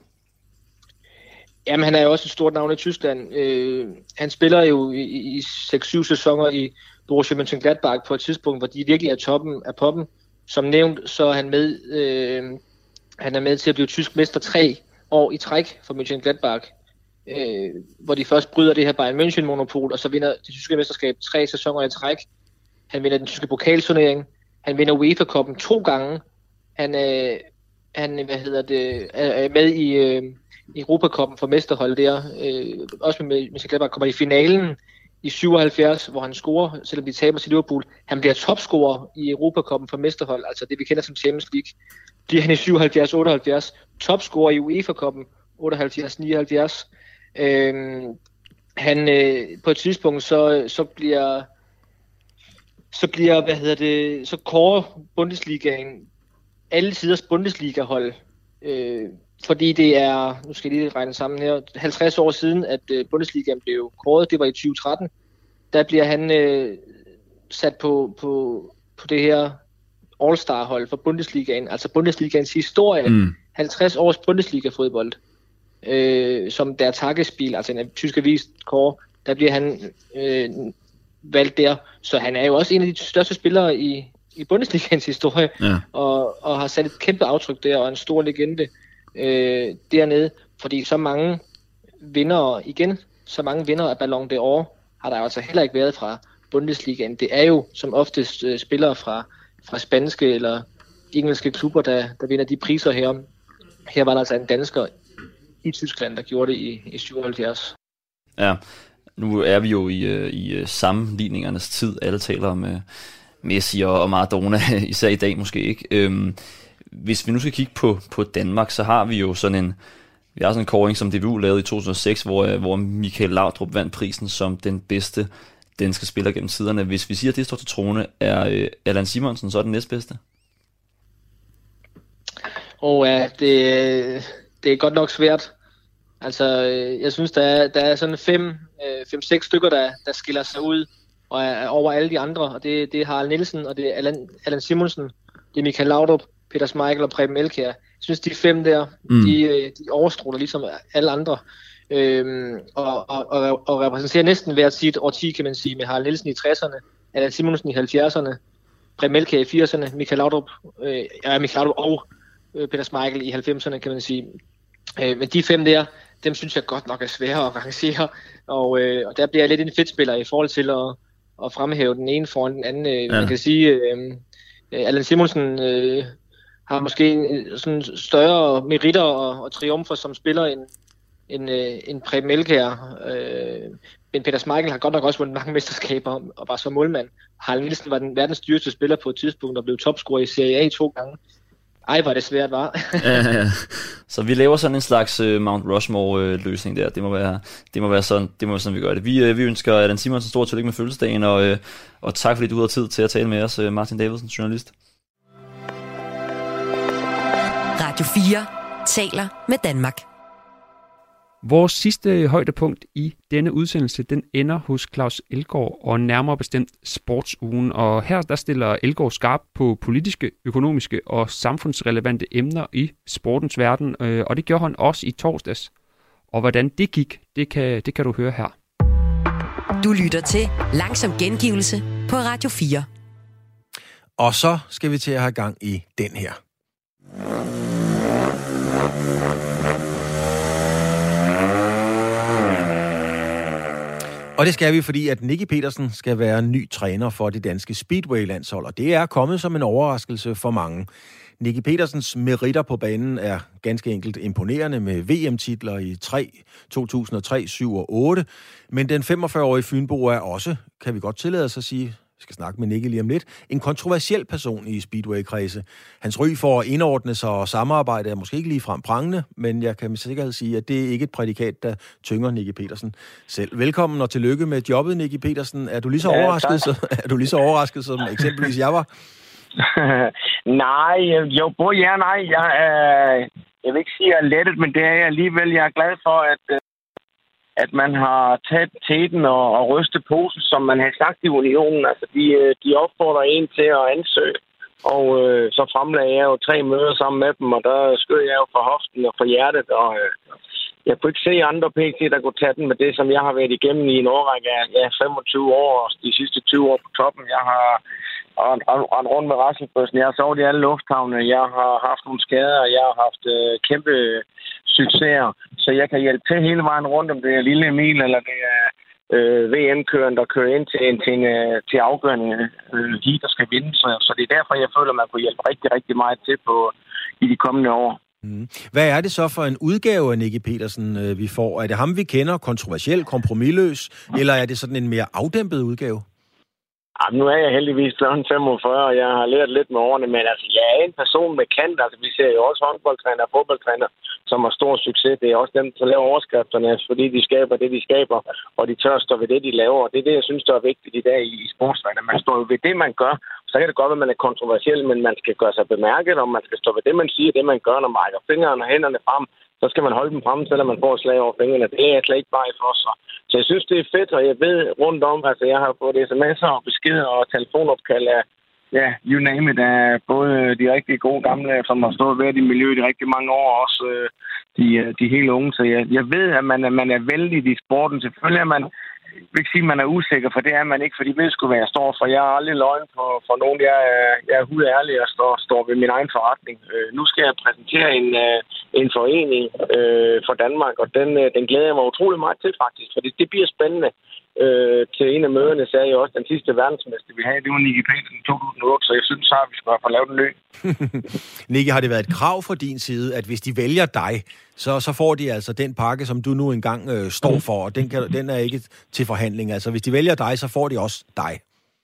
Jamen, han er jo også et stort navn i Tyskland. Han spiller jo i 6-7 sæsoner i Borussia Mönchengladbach på et tidspunkt, hvor de virkelig er toppen af poppen. Som nævnt, så er han er med til at blive tysk mester 3 år i træk for Mönchengladbach, hvor de først bryder det her Bayern München-monopol, og så vinder det tyske mesterskab 3 sæsoner i træk. Han vinder den tyske pokalturnering. Han vinder UEFA-cupen 2 gange. Han er med i Europacupen for mesterhold der. Også med Mönchengladbach kommer i finalen i 77, hvor han scorer, selvom de taber til Liverpool. Han bliver topscorer i Europacupen for mesterhold, altså det vi kender som Champions League. Bliver han i 77-78 topscorer i UEFA-cupen 78-79. Han på et tidspunkt så kårer Bundesligaen alle tiders Bundesliga-hold fordi det er, nu skal jeg lige regne sammen her, 50 år siden, at Bundesligaen blev kåret, det var i 2013. Der bliver han sat på det her All-Star-hold for Bundesligaen, altså Bundesligaens historie, 50 års Bundesliga-fodbold, som der takkespil, altså en tysk avis kåre, der bliver han valgt der, så han er jo også en af de største spillere i Bundesligaens historie, og har sat et kæmpe aftryk der, og en stor legende dernede, fordi så mange vindere af Ballon d'Or, har der altså heller ikke været fra Bundesligaen. Det er jo som oftest spillere fra spanske eller engelske klubber, der vinder de priser her. Her var der altså en dansker i Tyskland, der gjorde det i 77. Ja, nu er vi jo i sammenligningernes tid. Alle taler om Messi og Maradona, især i dag måske ikke. Hvis vi nu skal kigge på Danmark, så har vi jo sådan en kåring, som DBU lavede i 2006, hvor Michael Laudrup vandt prisen som den bedste danske spiller gennem tiderne. Hvis vi siger, at det står til troende, er Allan Simonsen så den næstbedste? Ja, det er godt nok svært. Altså, jeg synes, der er sådan 5-6 stykker, der skiller sig ud og er over alle de andre, og det er Harald Nielsen, og det er Allan Simonsen, det er Michael Laudrup, Peter Schmeichel og Preben Elkjær. Jeg synes, de 5 der, de overstråler ligesom alle andre, og repræsenterer næsten hvert sit årti, kan man sige, med Harald Nielsen i 60'erne, Allan Simonsen i 70'erne, Preben Elkjær i 80'erne, Michael Laudrup og Peter Schmeichel i 90'erne, kan man sige. Men de 5 der, dem synes jeg godt nok er svære at rangere, og der bliver jeg lidt en fedtspiller i forhold til at fremhæve den ene foran den anden. Man kan sige, Allan Simonsen har måske sådan større meritter og triumfer som spiller end Preben Elkjær. Men Peter Schmeichel har godt nok også vundet mange mesterskaber og var så målmand. Harald Nielsen var den verdens dyreste spiller på et tidspunkt og blev topscorer i Serie A 2 gange. Ej, var det svært, var. Ja. Så vi laver sådan en slags Mount Rushmore-løsning der. Det må være sådan, vi gør det. Vi ønsker Allan Simonsen stor tillykke med fødselsdagen, og tak fordi du havde tid til at tale med os, Martin Davidsen, journalist. Radio 4 taler med Danmark. Vores sidste højdepunkt i denne udsendelse, den ender hos Claus Elgaard og nærmere bestemt Sportsugen. Og her der stiller Elgaard skarp på politiske, økonomiske og samfundsrelevante emner i sportens verden. Og det gjorde han også i torsdags. Og hvordan det gik, det kan du høre her. Du lytter til Langsom Gengivelse på Radio 4. Og så skal vi til at have gang i den her. Og det skal vi, fordi at Nicki Petersen skal være ny træner for det danske Speedway-landshold, og det er kommet som en overraskelse for mange. Nicki Petersens meritter på banen er ganske enkelt imponerende med VM-titler i 2003, 7 og 8, men den 45-årige Fynbo er også, kan vi godt tillade os at sige, vi skal snakke med Nicki lige om lidt, en kontroversiel person i Speedway-kredse. Hans ry for at indordne sig og samarbejde er måske ikke ligefrem prangende, men jeg kan med sikkerhed sige, at det er ikke et prædikat, der tynger Nicki Petersen selv. Velkommen og tillykke med jobbet, Nicki Petersen. Er du lige så overrasket, som eksempelvis jeg var? Nej, jo, både ja og nej. Jeg vil ikke sige, at jeg er lettet, men det er jeg alligevel. Jeg er glad for, at man har taget teten og rystet posen, som man har sagt i unionen. Altså, de opfordrer en til at ansøge. Og så fremlagde jeg jo 3 møder sammen med dem, og der skød jeg jo for hoften og for hjertet. Og jeg kunne ikke se andre PT, der kunne tage den med det, som jeg har været igennem i en årrække af 25 år, og de sidste 20 år på toppen. Jeg har rendt rundt med rasselbøssen. Jeg har sovet i alle lufthavne. Jeg har haft nogle skader. Jeg har haft kæmpe succeser. Så jeg kan hjælpe til hele vejen rundt, om det er Lille Emil, eller det er VM-køren, der kører ind til afgørende heat, der skal vinde. Så det er derfor, jeg føler, at man kunne hjælpe rigtig, rigtig meget til i de kommende år. Hvad er det så for en udgave af Nicki Petersen, vi får? Er det ham, vi kender, kontroversiel, kompromisløs, eller er det sådan en mere afdæmpet udgave? Nu er jeg heldigvis blevet 45, og jeg har lært lidt med årene, men altså, jeg er en person med kant. Altså, vi ser jo også håndboldtræner og fodboldtræner, som har stor succes. Det er også dem, der laver overskrifterne, fordi de skaber det, de skaber, og de tør stå ved det, de laver. Og det er det, jeg synes, der er vigtigt i dag i sportsverdenen. Man står jo ved det, man gør, så kan det godt være, at man er kontroversiel, men man skal gøre sig bemærket, og man skal stå ved det, man siger, det man gør, når man rækker fingrene og hænderne frem, så skal man holde dem frem, selvom man får slag over fingrene. Det er jeg slet ikke bare for sig. Så jeg synes, det er fedt, og jeg ved rundt om, altså jeg har fået sms'er og beskeder og telefonopkald af, ja, you name it, af både de rigtig gode gamle, som har stået ved i miljøet i rigtig mange år, og også de helt unge. Så jeg ved, at man er vældig i sporten. Selvfølgelig er man, jeg vil ikke sige, at man er usikker, for det er man ikke, for de ved sgu, hvad jeg står for. Jeg er aldrig løgn for nogen. Jeg er hudærlig og står ved min egen forretning. Nu skal jeg præsentere en forening for Danmark, og den glæder jeg mig utrolig meget til, faktisk, for det bliver spændende. Til en af møderne sagde jeg også, den sidste verdensmester, vi havde, det var Nicky Petersen i 2008, så jeg synes, at vi skal få lavet en ny. Nicky, har det været et krav fra din side, at hvis de vælger dig, så får de altså den pakke, som du nu engang står for, og den er ikke til forhandling. Altså, hvis de vælger dig, så får de også dig.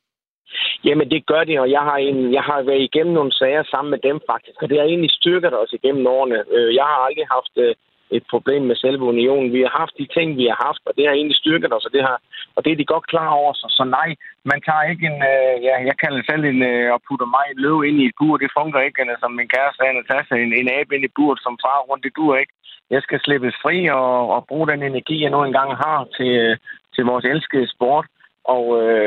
Jamen, det gør de, og jeg har været igennem nogle sager sammen med dem, faktisk, og det har egentlig styrket os igennem årene. Jeg har aldrig haft et problem med selve unionen. Vi har haft de ting, vi har haft, og det har egentlig styrket os, og det er de godt klar over. Så nej, man tager ikke jeg kalder selv og putter mig en løve ind i et bur. Det fungerer ikke, eller som min kæreste sagde, at tage en abe ind i buret som far rundt. Det duer ikke. Jeg skal slippes fri og bruge den energi, jeg nu engang har til vores elskede sport. Og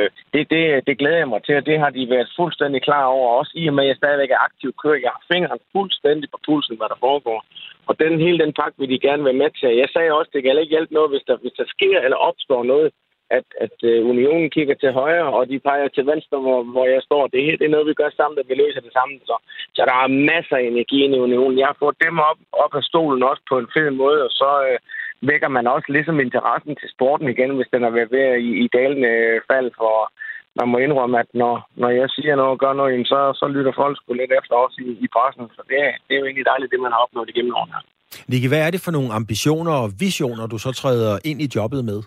det glæder jeg mig til, og det har de været fuldstændig klar over. Også i og med, at jeg stadigvæk er aktiv kører. Jeg har fingeren fuldstændig på pulsen, hvad der foregår. Og hele den pakke vil de gerne være med til. Jeg sagde også, det kan ikke hjælpe noget, hvis der sker eller opstår noget, at unionen kigger til højre, og de peger til venstre, hvor jeg står. Det er noget, vi gør sammen, at vi løser det sammen. Så der er masser af energi i unionen. Jeg har fået dem op af stolen også på en fed måde, og så vækker man også ligesom interessen til sporten igen, hvis den er ved i dalende fald. For man må indrømme, at når jeg siger noget og gør noget, så lytter folk sgu lidt efter os i pressen. Så det er jo egentlig dejligt, det man har opnået igennem årene. Nicky, hvad er det for nogle ambitioner og visioner, du så træder ind i jobbet med?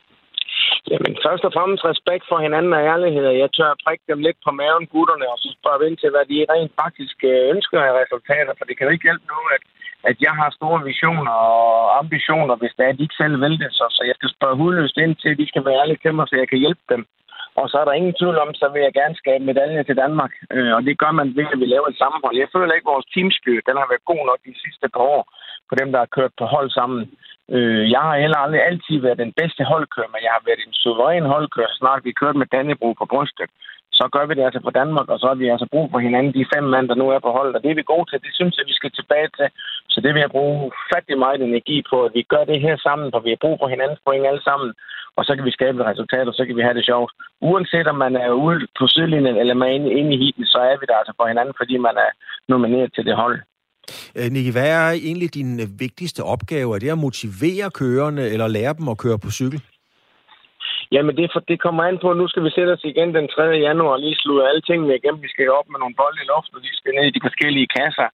Jamen, først og fremmest respekt for hinanden og ærlighed. Jeg tør at prikke dem lidt på maven, gutterne, og så spørge ind til, hvad de rent faktisk ønsker af resultater. For det kan jo ikke hjælpe noget, at jeg har store visioner og ambitioner, hvis det er, at de ikke selv vil det. Så jeg skal spørge hudløst ind til, at de skal være ærlige til mig, så jeg kan hjælpe dem. Og så er der ingen tvivl om, så vil jeg gerne skabe medaljer til Danmark. Og det gør man ved, at vi laver et sammenhold. Jeg føler ikke, at vores teamspirit, den har været god nok de sidste par år på dem, der har kørt på hold sammen. Jeg har heller aldrig altid været den bedste holdkører, men jeg har været en suveræn holdkører. Snart vi kørt med Dannebro på brystet. Så gør vi det altså for Danmark, og så har vi altså brug for hinanden, de 5 mand, der nu er på holdet. Og det er vi gode til. Det synes jeg, vi skal tilbage til. Så det vil jeg bruge fattig meget energi på, at vi gør det her sammen, for vi har brug for hinandens point alle sammen. Og så kan vi skabe et resultat, og så kan vi have det sjovt. Uanset om man er ude på sidelinjen, eller man er inde i heaten, så er vi der altså for hinanden, fordi man er nomineret til det hold. Nicky, hvad er egentlig din vigtigste opgave? Er det at motivere kørerne, eller lære dem at køre på cykel? Jamen, det kommer an på, nu skal vi sætte os igen den 3. januar og lige slutte alle tingene igennem. Vi skal op med nogle bolde i luften, og de skal ned i de forskellige kasser.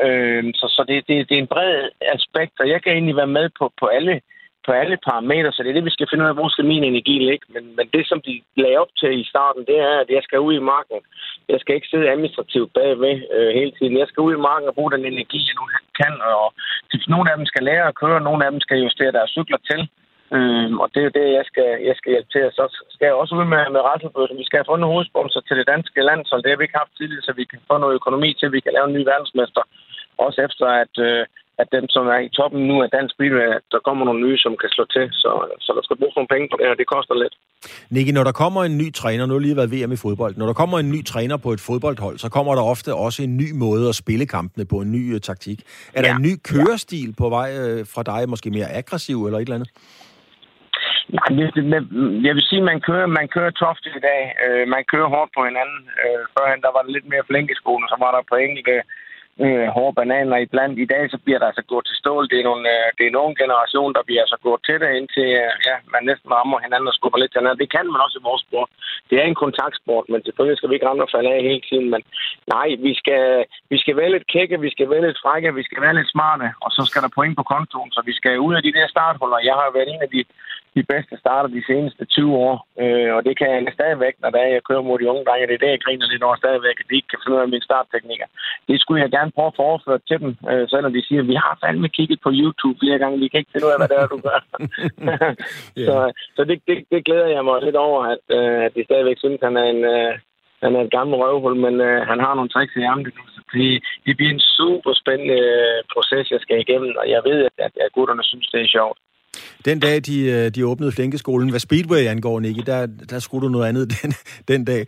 Så det er en bred aspekt, og jeg kan egentlig være med på alle parametre, så det er det, vi skal finde ud af, hvor skal min energi ligge. Men det, som de lagde op til i starten, det er, at jeg skal ud i marken. Jeg skal ikke sidde administrativt bagved hele tiden. Jeg skal ud i marken og bruge den energi, jeg nu kan. Og nogle af dem skal lære at køre, nogle af dem skal justere deres cykler til. Og det er jo det, jeg skal hjælpe til. Så skal jeg også ud med Rasselbøssen. Vi skal have fundet hovedsponsor til det danske landshold. Det har vi ikke haft tidligere, så vi kan få noget økonomi til, at vi kan lave en ny verdensmester. Også efter, at dem, som er i toppen nu af dansk speedway, der kommer nogle nye, som kan slå til. Så der skal bruges nogle penge på det, og det koster lidt. Nicky, når der kommer en ny træner, nu har lige været VM i fodbold, når der kommer en ny træner på et fodboldhold, så kommer der ofte også en ny måde at spille kampene på, en ny taktik. Er der en ny kørestil på vej fra dig, måske mere aggressiv eller et eller andet? Jeg vil sige, at man kører toft i dag. Man kører hårdt på hinanden. Førhen der var det lidt mere flink i skolen, så var der på enkelte hårde bananer iblandt. I dag så bliver der altså gået til stål. Det er en ung generation, der bliver altså gået til det, indtil man næsten rammer hinanden og skubber lidt til hinanden. Det kan man også i vores sport. Det er en kontaktsport, men selvfølgelig skal vi ikke ramme og falde af hele tiden. Men nej, vi skal være lidt kække, vi skal være lidt frække, vi skal være lidt smarte, og så skal der point på kontoen, så vi skal ud af de der starthuller. Jeg har været en af de bedste starter de seneste 20 år, og det kan jeg stadigvæk, når jeg kører mod de unge drenge. Det er det, jeg griner lidt over stadigvæk, at de ikke kan finde ud af mine startteknikker. Det skulle jeg gerne prøve at få overført til dem, selvom de siger, at vi har fandme kigget på YouTube flere gange, vi kan ikke finde ud af, hvad det er, du gør. Så det glæder jeg mig lidt over, at de stadigvæk synes, at han er Han er et gammelt røvhul, men han har nogle tricks i ærmet nu. Det bliver en super spændende proces, jeg skal igennem, og jeg ved, at gutterne synes, det er sjovt. Den dag, de åbnede Flinkeskolen, hvad Speedway angår, Nicky, der skulle du noget andet den dag.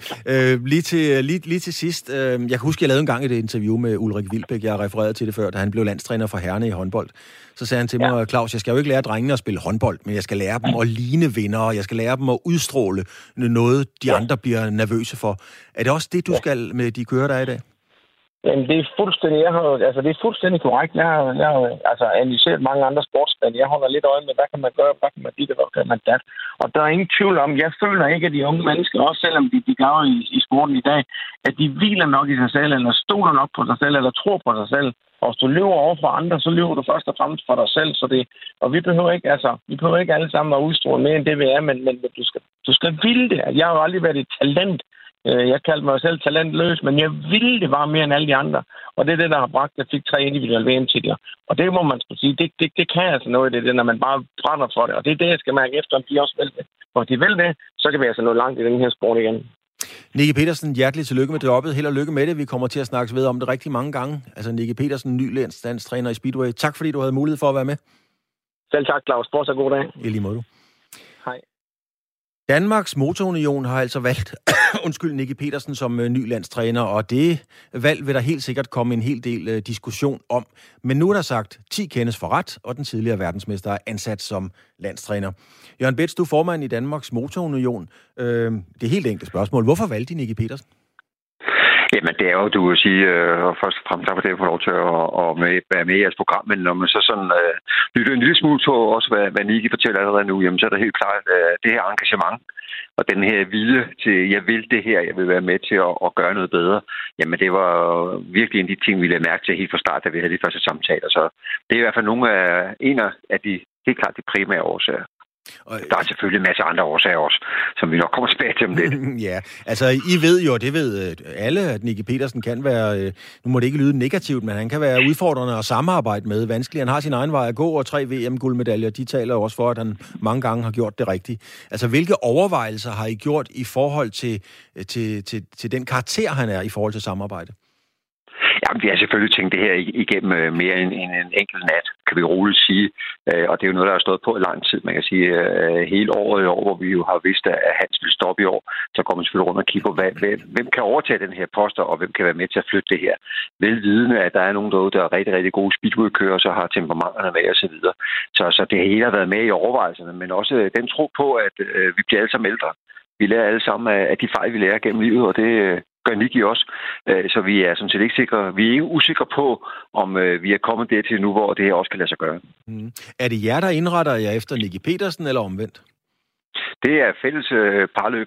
Lige til sidst, jeg kan huske, jeg lavede en gang et interview med Ulrik Wilbæk, jeg refererede til det før, da han blev landstræner for Herne i håndbold. Så sagde han til mig, Claus, jeg skal jo ikke lære drengene at spille håndbold, men jeg skal lære dem at ligne vindere, jeg skal lære dem at udstråle noget, de andre bliver nervøse for. Er det også det, du skal med de kører, der er i dag? Jamen, det er fuldstændig korrekt. Jeg har analyseret mange andre sportsgrene. Jeg holder lidt øje med, hvad kan man gøre, hvad kan man dit, hvad kan man dat. Og der er ingen tvivl om, jeg føler ikke, at de unge mennesker, også selvom de gaver i sporten i dag, at de hviler nok i sig selv, eller stoler nok på sig selv, eller tror på sig selv. Og hvis du løber over for andre, så løber du først og fremmest for dig selv. Og vi behøver ikke alle sammen at udstråle mere end det, vi er, men du skal ville det. Jeg har jo aldrig været et talent. Jeg kaldte mig selv talentløs, men jeg ville det bare mere end alle de andre. Og det er det, der har bragt, at jeg fik 3 individuelle VM-titler. Og det må man skulle sige, det kan altså noget, det når man bare brænder for det. Og det er det, jeg skal mærke efter, om de også vil det. Og de vil det, så kan vi altså nå langt i den her sport igen. Nicky Petersen, hjertelig tillykke med jobbet. Held og lykke med det. Vi kommer til at snakke ved om det rigtig mange gange. Altså Nicky Petersen, ny landstræner i Speedway. Tak fordi du havde mulighed for at være med. Selv tak, Claus. Fortsat god dag. I lige måde du. Hej. Danmarks Motorunion har altså valgt Nicky Petersen som ny landstræner, og det valg vil der helt sikkert komme en hel del diskussion om. Men nu er der sagt, 10 kendes for ret, og den tidligere verdensmester er ansat som landstræner. Jørgen Betz, du er formand i Danmarks Motorunion. Det er helt enkelt spørgsmål. Hvorfor valgte Nicky Petersen? Jamen, det er jo, du vil sige, og først og fremmest tak for det, at jeg får lov til at være med i jeres program, men når man så sådan lytter en lille smule på også, hvad Nicky fortæller allerede nu, jamen, så er det helt klart, det her engagement og den her vilje til, jeg vil det her, jeg vil være med til at gøre noget bedre, jamen det var virkelig en af de ting, vi lagde mærke til helt fra start, da vi havde de første samtaler. Så det er i hvert fald en af de helt klart de primære årsager. Der er selvfølgelig en masse andre årsager også, som vi nok kommer tilbage til om lidt. Ja, altså I ved jo, det ved alle, at Nicky Petersen kan være, nu må det ikke lyde negativt, men han kan være udfordrende at samarbejde med, vanskelig. Han har sin egen vej at gå, og 3 VM-guldmedaljer, de taler jo også for, at han mange gange har gjort det rigtigt. Altså, hvilke overvejelser har I gjort i forhold til den karakter, han er i forhold til samarbejde? Jamen, vi har selvfølgelig tænkt det her igennem mere end en enkelt nat, kan vi roligt sige. Og det er jo noget, der har stået på i lang tid. Man kan sige, hele året i år, hvor vi jo har vidst, at Hans vil stoppe i år, så kommer vi selvfølgelig rundt og kigge på, hvem kan overtage den her poster, og hvem kan være med til at flytte det her. Velvidende, at der er nogen derude, der er rigtig, rigtig gode speedway-kører, og så har temperamenterne med osv. Så det hele har været med i overvejelserne, men også den tro på, at vi bliver alle sammen ældre. Vi lærer alle sammen af de fejl, vi lærer gennem livet, og det gør Nicky også. Så vi er sådan set ikke sikre. Vi er ikke usikre på, om vi er kommet dertil nu, hvor det her også kan lade sig gøre. Er det jer, der indretter jer efter Nicky Petersen, eller omvendt? Det er fælles parløb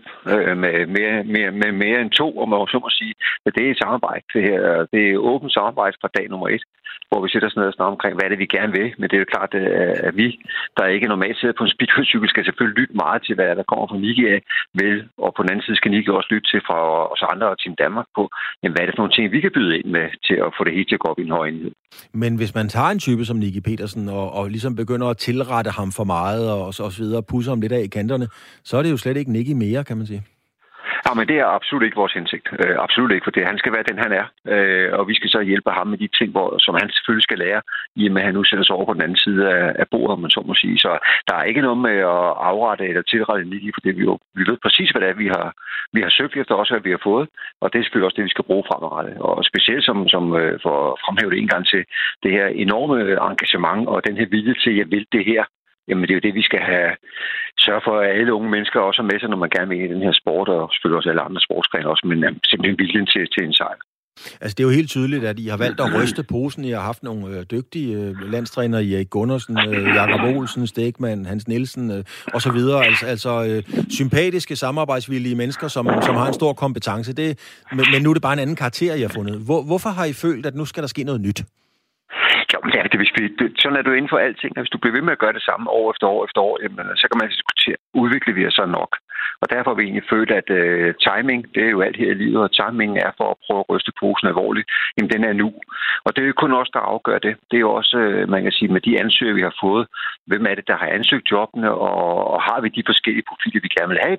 med mere end 2, om man så må sige. Det er et samarbejde. Det er åbent samarbejde fra dag nummer 1, hvor vi sætter os ned og snakker omkring, hvad det er, vi gerne vil. Men det er jo klart, at vi, der ikke normalt sidder på en speedway-cykel, skal selvfølgelig lytte meget til, hvad der kommer fra Nicky af, vel. Og på den anden side skal Nicky også lytte til fra os andre og Team Danmark på, jamen, hvad er det for nogle ting, vi kan byde ind med til at få det hele til at gå op i en høj enhed. Men hvis man tager en type som Nicky Petersen og ligesom begynder at tilrette ham for meget og så videre, pusser ham lidt af i kanterne, så er det jo slet ikke Nicky mere, kan man sige. Ja, men det er absolut ikke vores hensigt. Absolut ikke, for han skal være den, han er. Og vi skal så hjælpe ham med de ting, som han selvfølgelig skal lære, i og med at han nu sætter sig over på den anden side af bordet, om man så må sige. Så der er ikke noget med at afrette eller tilrette Nicky, for det vi ved præcis, hvad det er, vi har søgt efter, også hvad vi har fået. Og det er selvfølgelig også det, vi skal bruge fremadrettet. Og specielt som for at fremhæve det en gang til, det her enorme engagement og den her vilje til, at jeg vil det her. Jamen, det er jo det, vi skal have sørge for, at alle unge mennesker også er med sig, når man gerne vil ind i den her sport, og selvfølgelig også alle andre sportsgrene også, men simpelthen viljen til en sejr. Altså, det er jo helt tydeligt, at I har valgt at ryste posen. I har haft nogle dygtige landstrænere, Erik Gundersen, Jakob Olsen, Stegmann, Hans Nielsen og så videre. Altså sympatiske, samarbejdsvillige mennesker, som har en stor kompetence. Men nu er det bare en anden karakter, I har fundet. Hvorfor har I følt, at nu skal der ske noget nyt? Jo, men sådan er du inden for alting. Hvis du bliver ved med at gøre det samme år efter år efter år, jamen, så kan man diskutere, udvikler vi os så nok? Og derfor har vi egentlig følt, at timing, det er jo alt her i livet, og timing er for at prøve at ryste posen alvorligt. Jamen, den er nu. Og det er jo kun os, der afgør det. Det er jo også, man kan sige, med de ansøgere, vi har fået, hvem er det, der har ansøgt jobbene, og har vi de forskellige profiler, vi gerne vil have i det?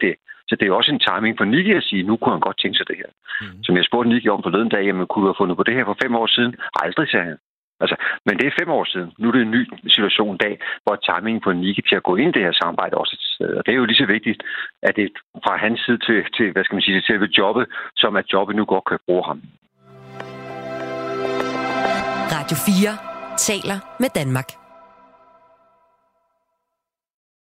Så det er jo også en timing for Nicky at sige, nu kunne han godt tænke sig det her. Som jeg spurgte Nicky om forleden dag, jamen kunne du have fundet på det her for 5 år siden? Aldrig, sagde han. Altså, men det er 5 år siden. Nu er det en ny situation i dag, hvor timingen på Nicky til at gå ind i det her samarbejde også er til stede. Og det er jo lige så vigtigt, at det fra hans side til hvad skal man sige, til selve jobbet, som at jobbet nu godt kan bruge ham. Radio 4 taler med Danmark.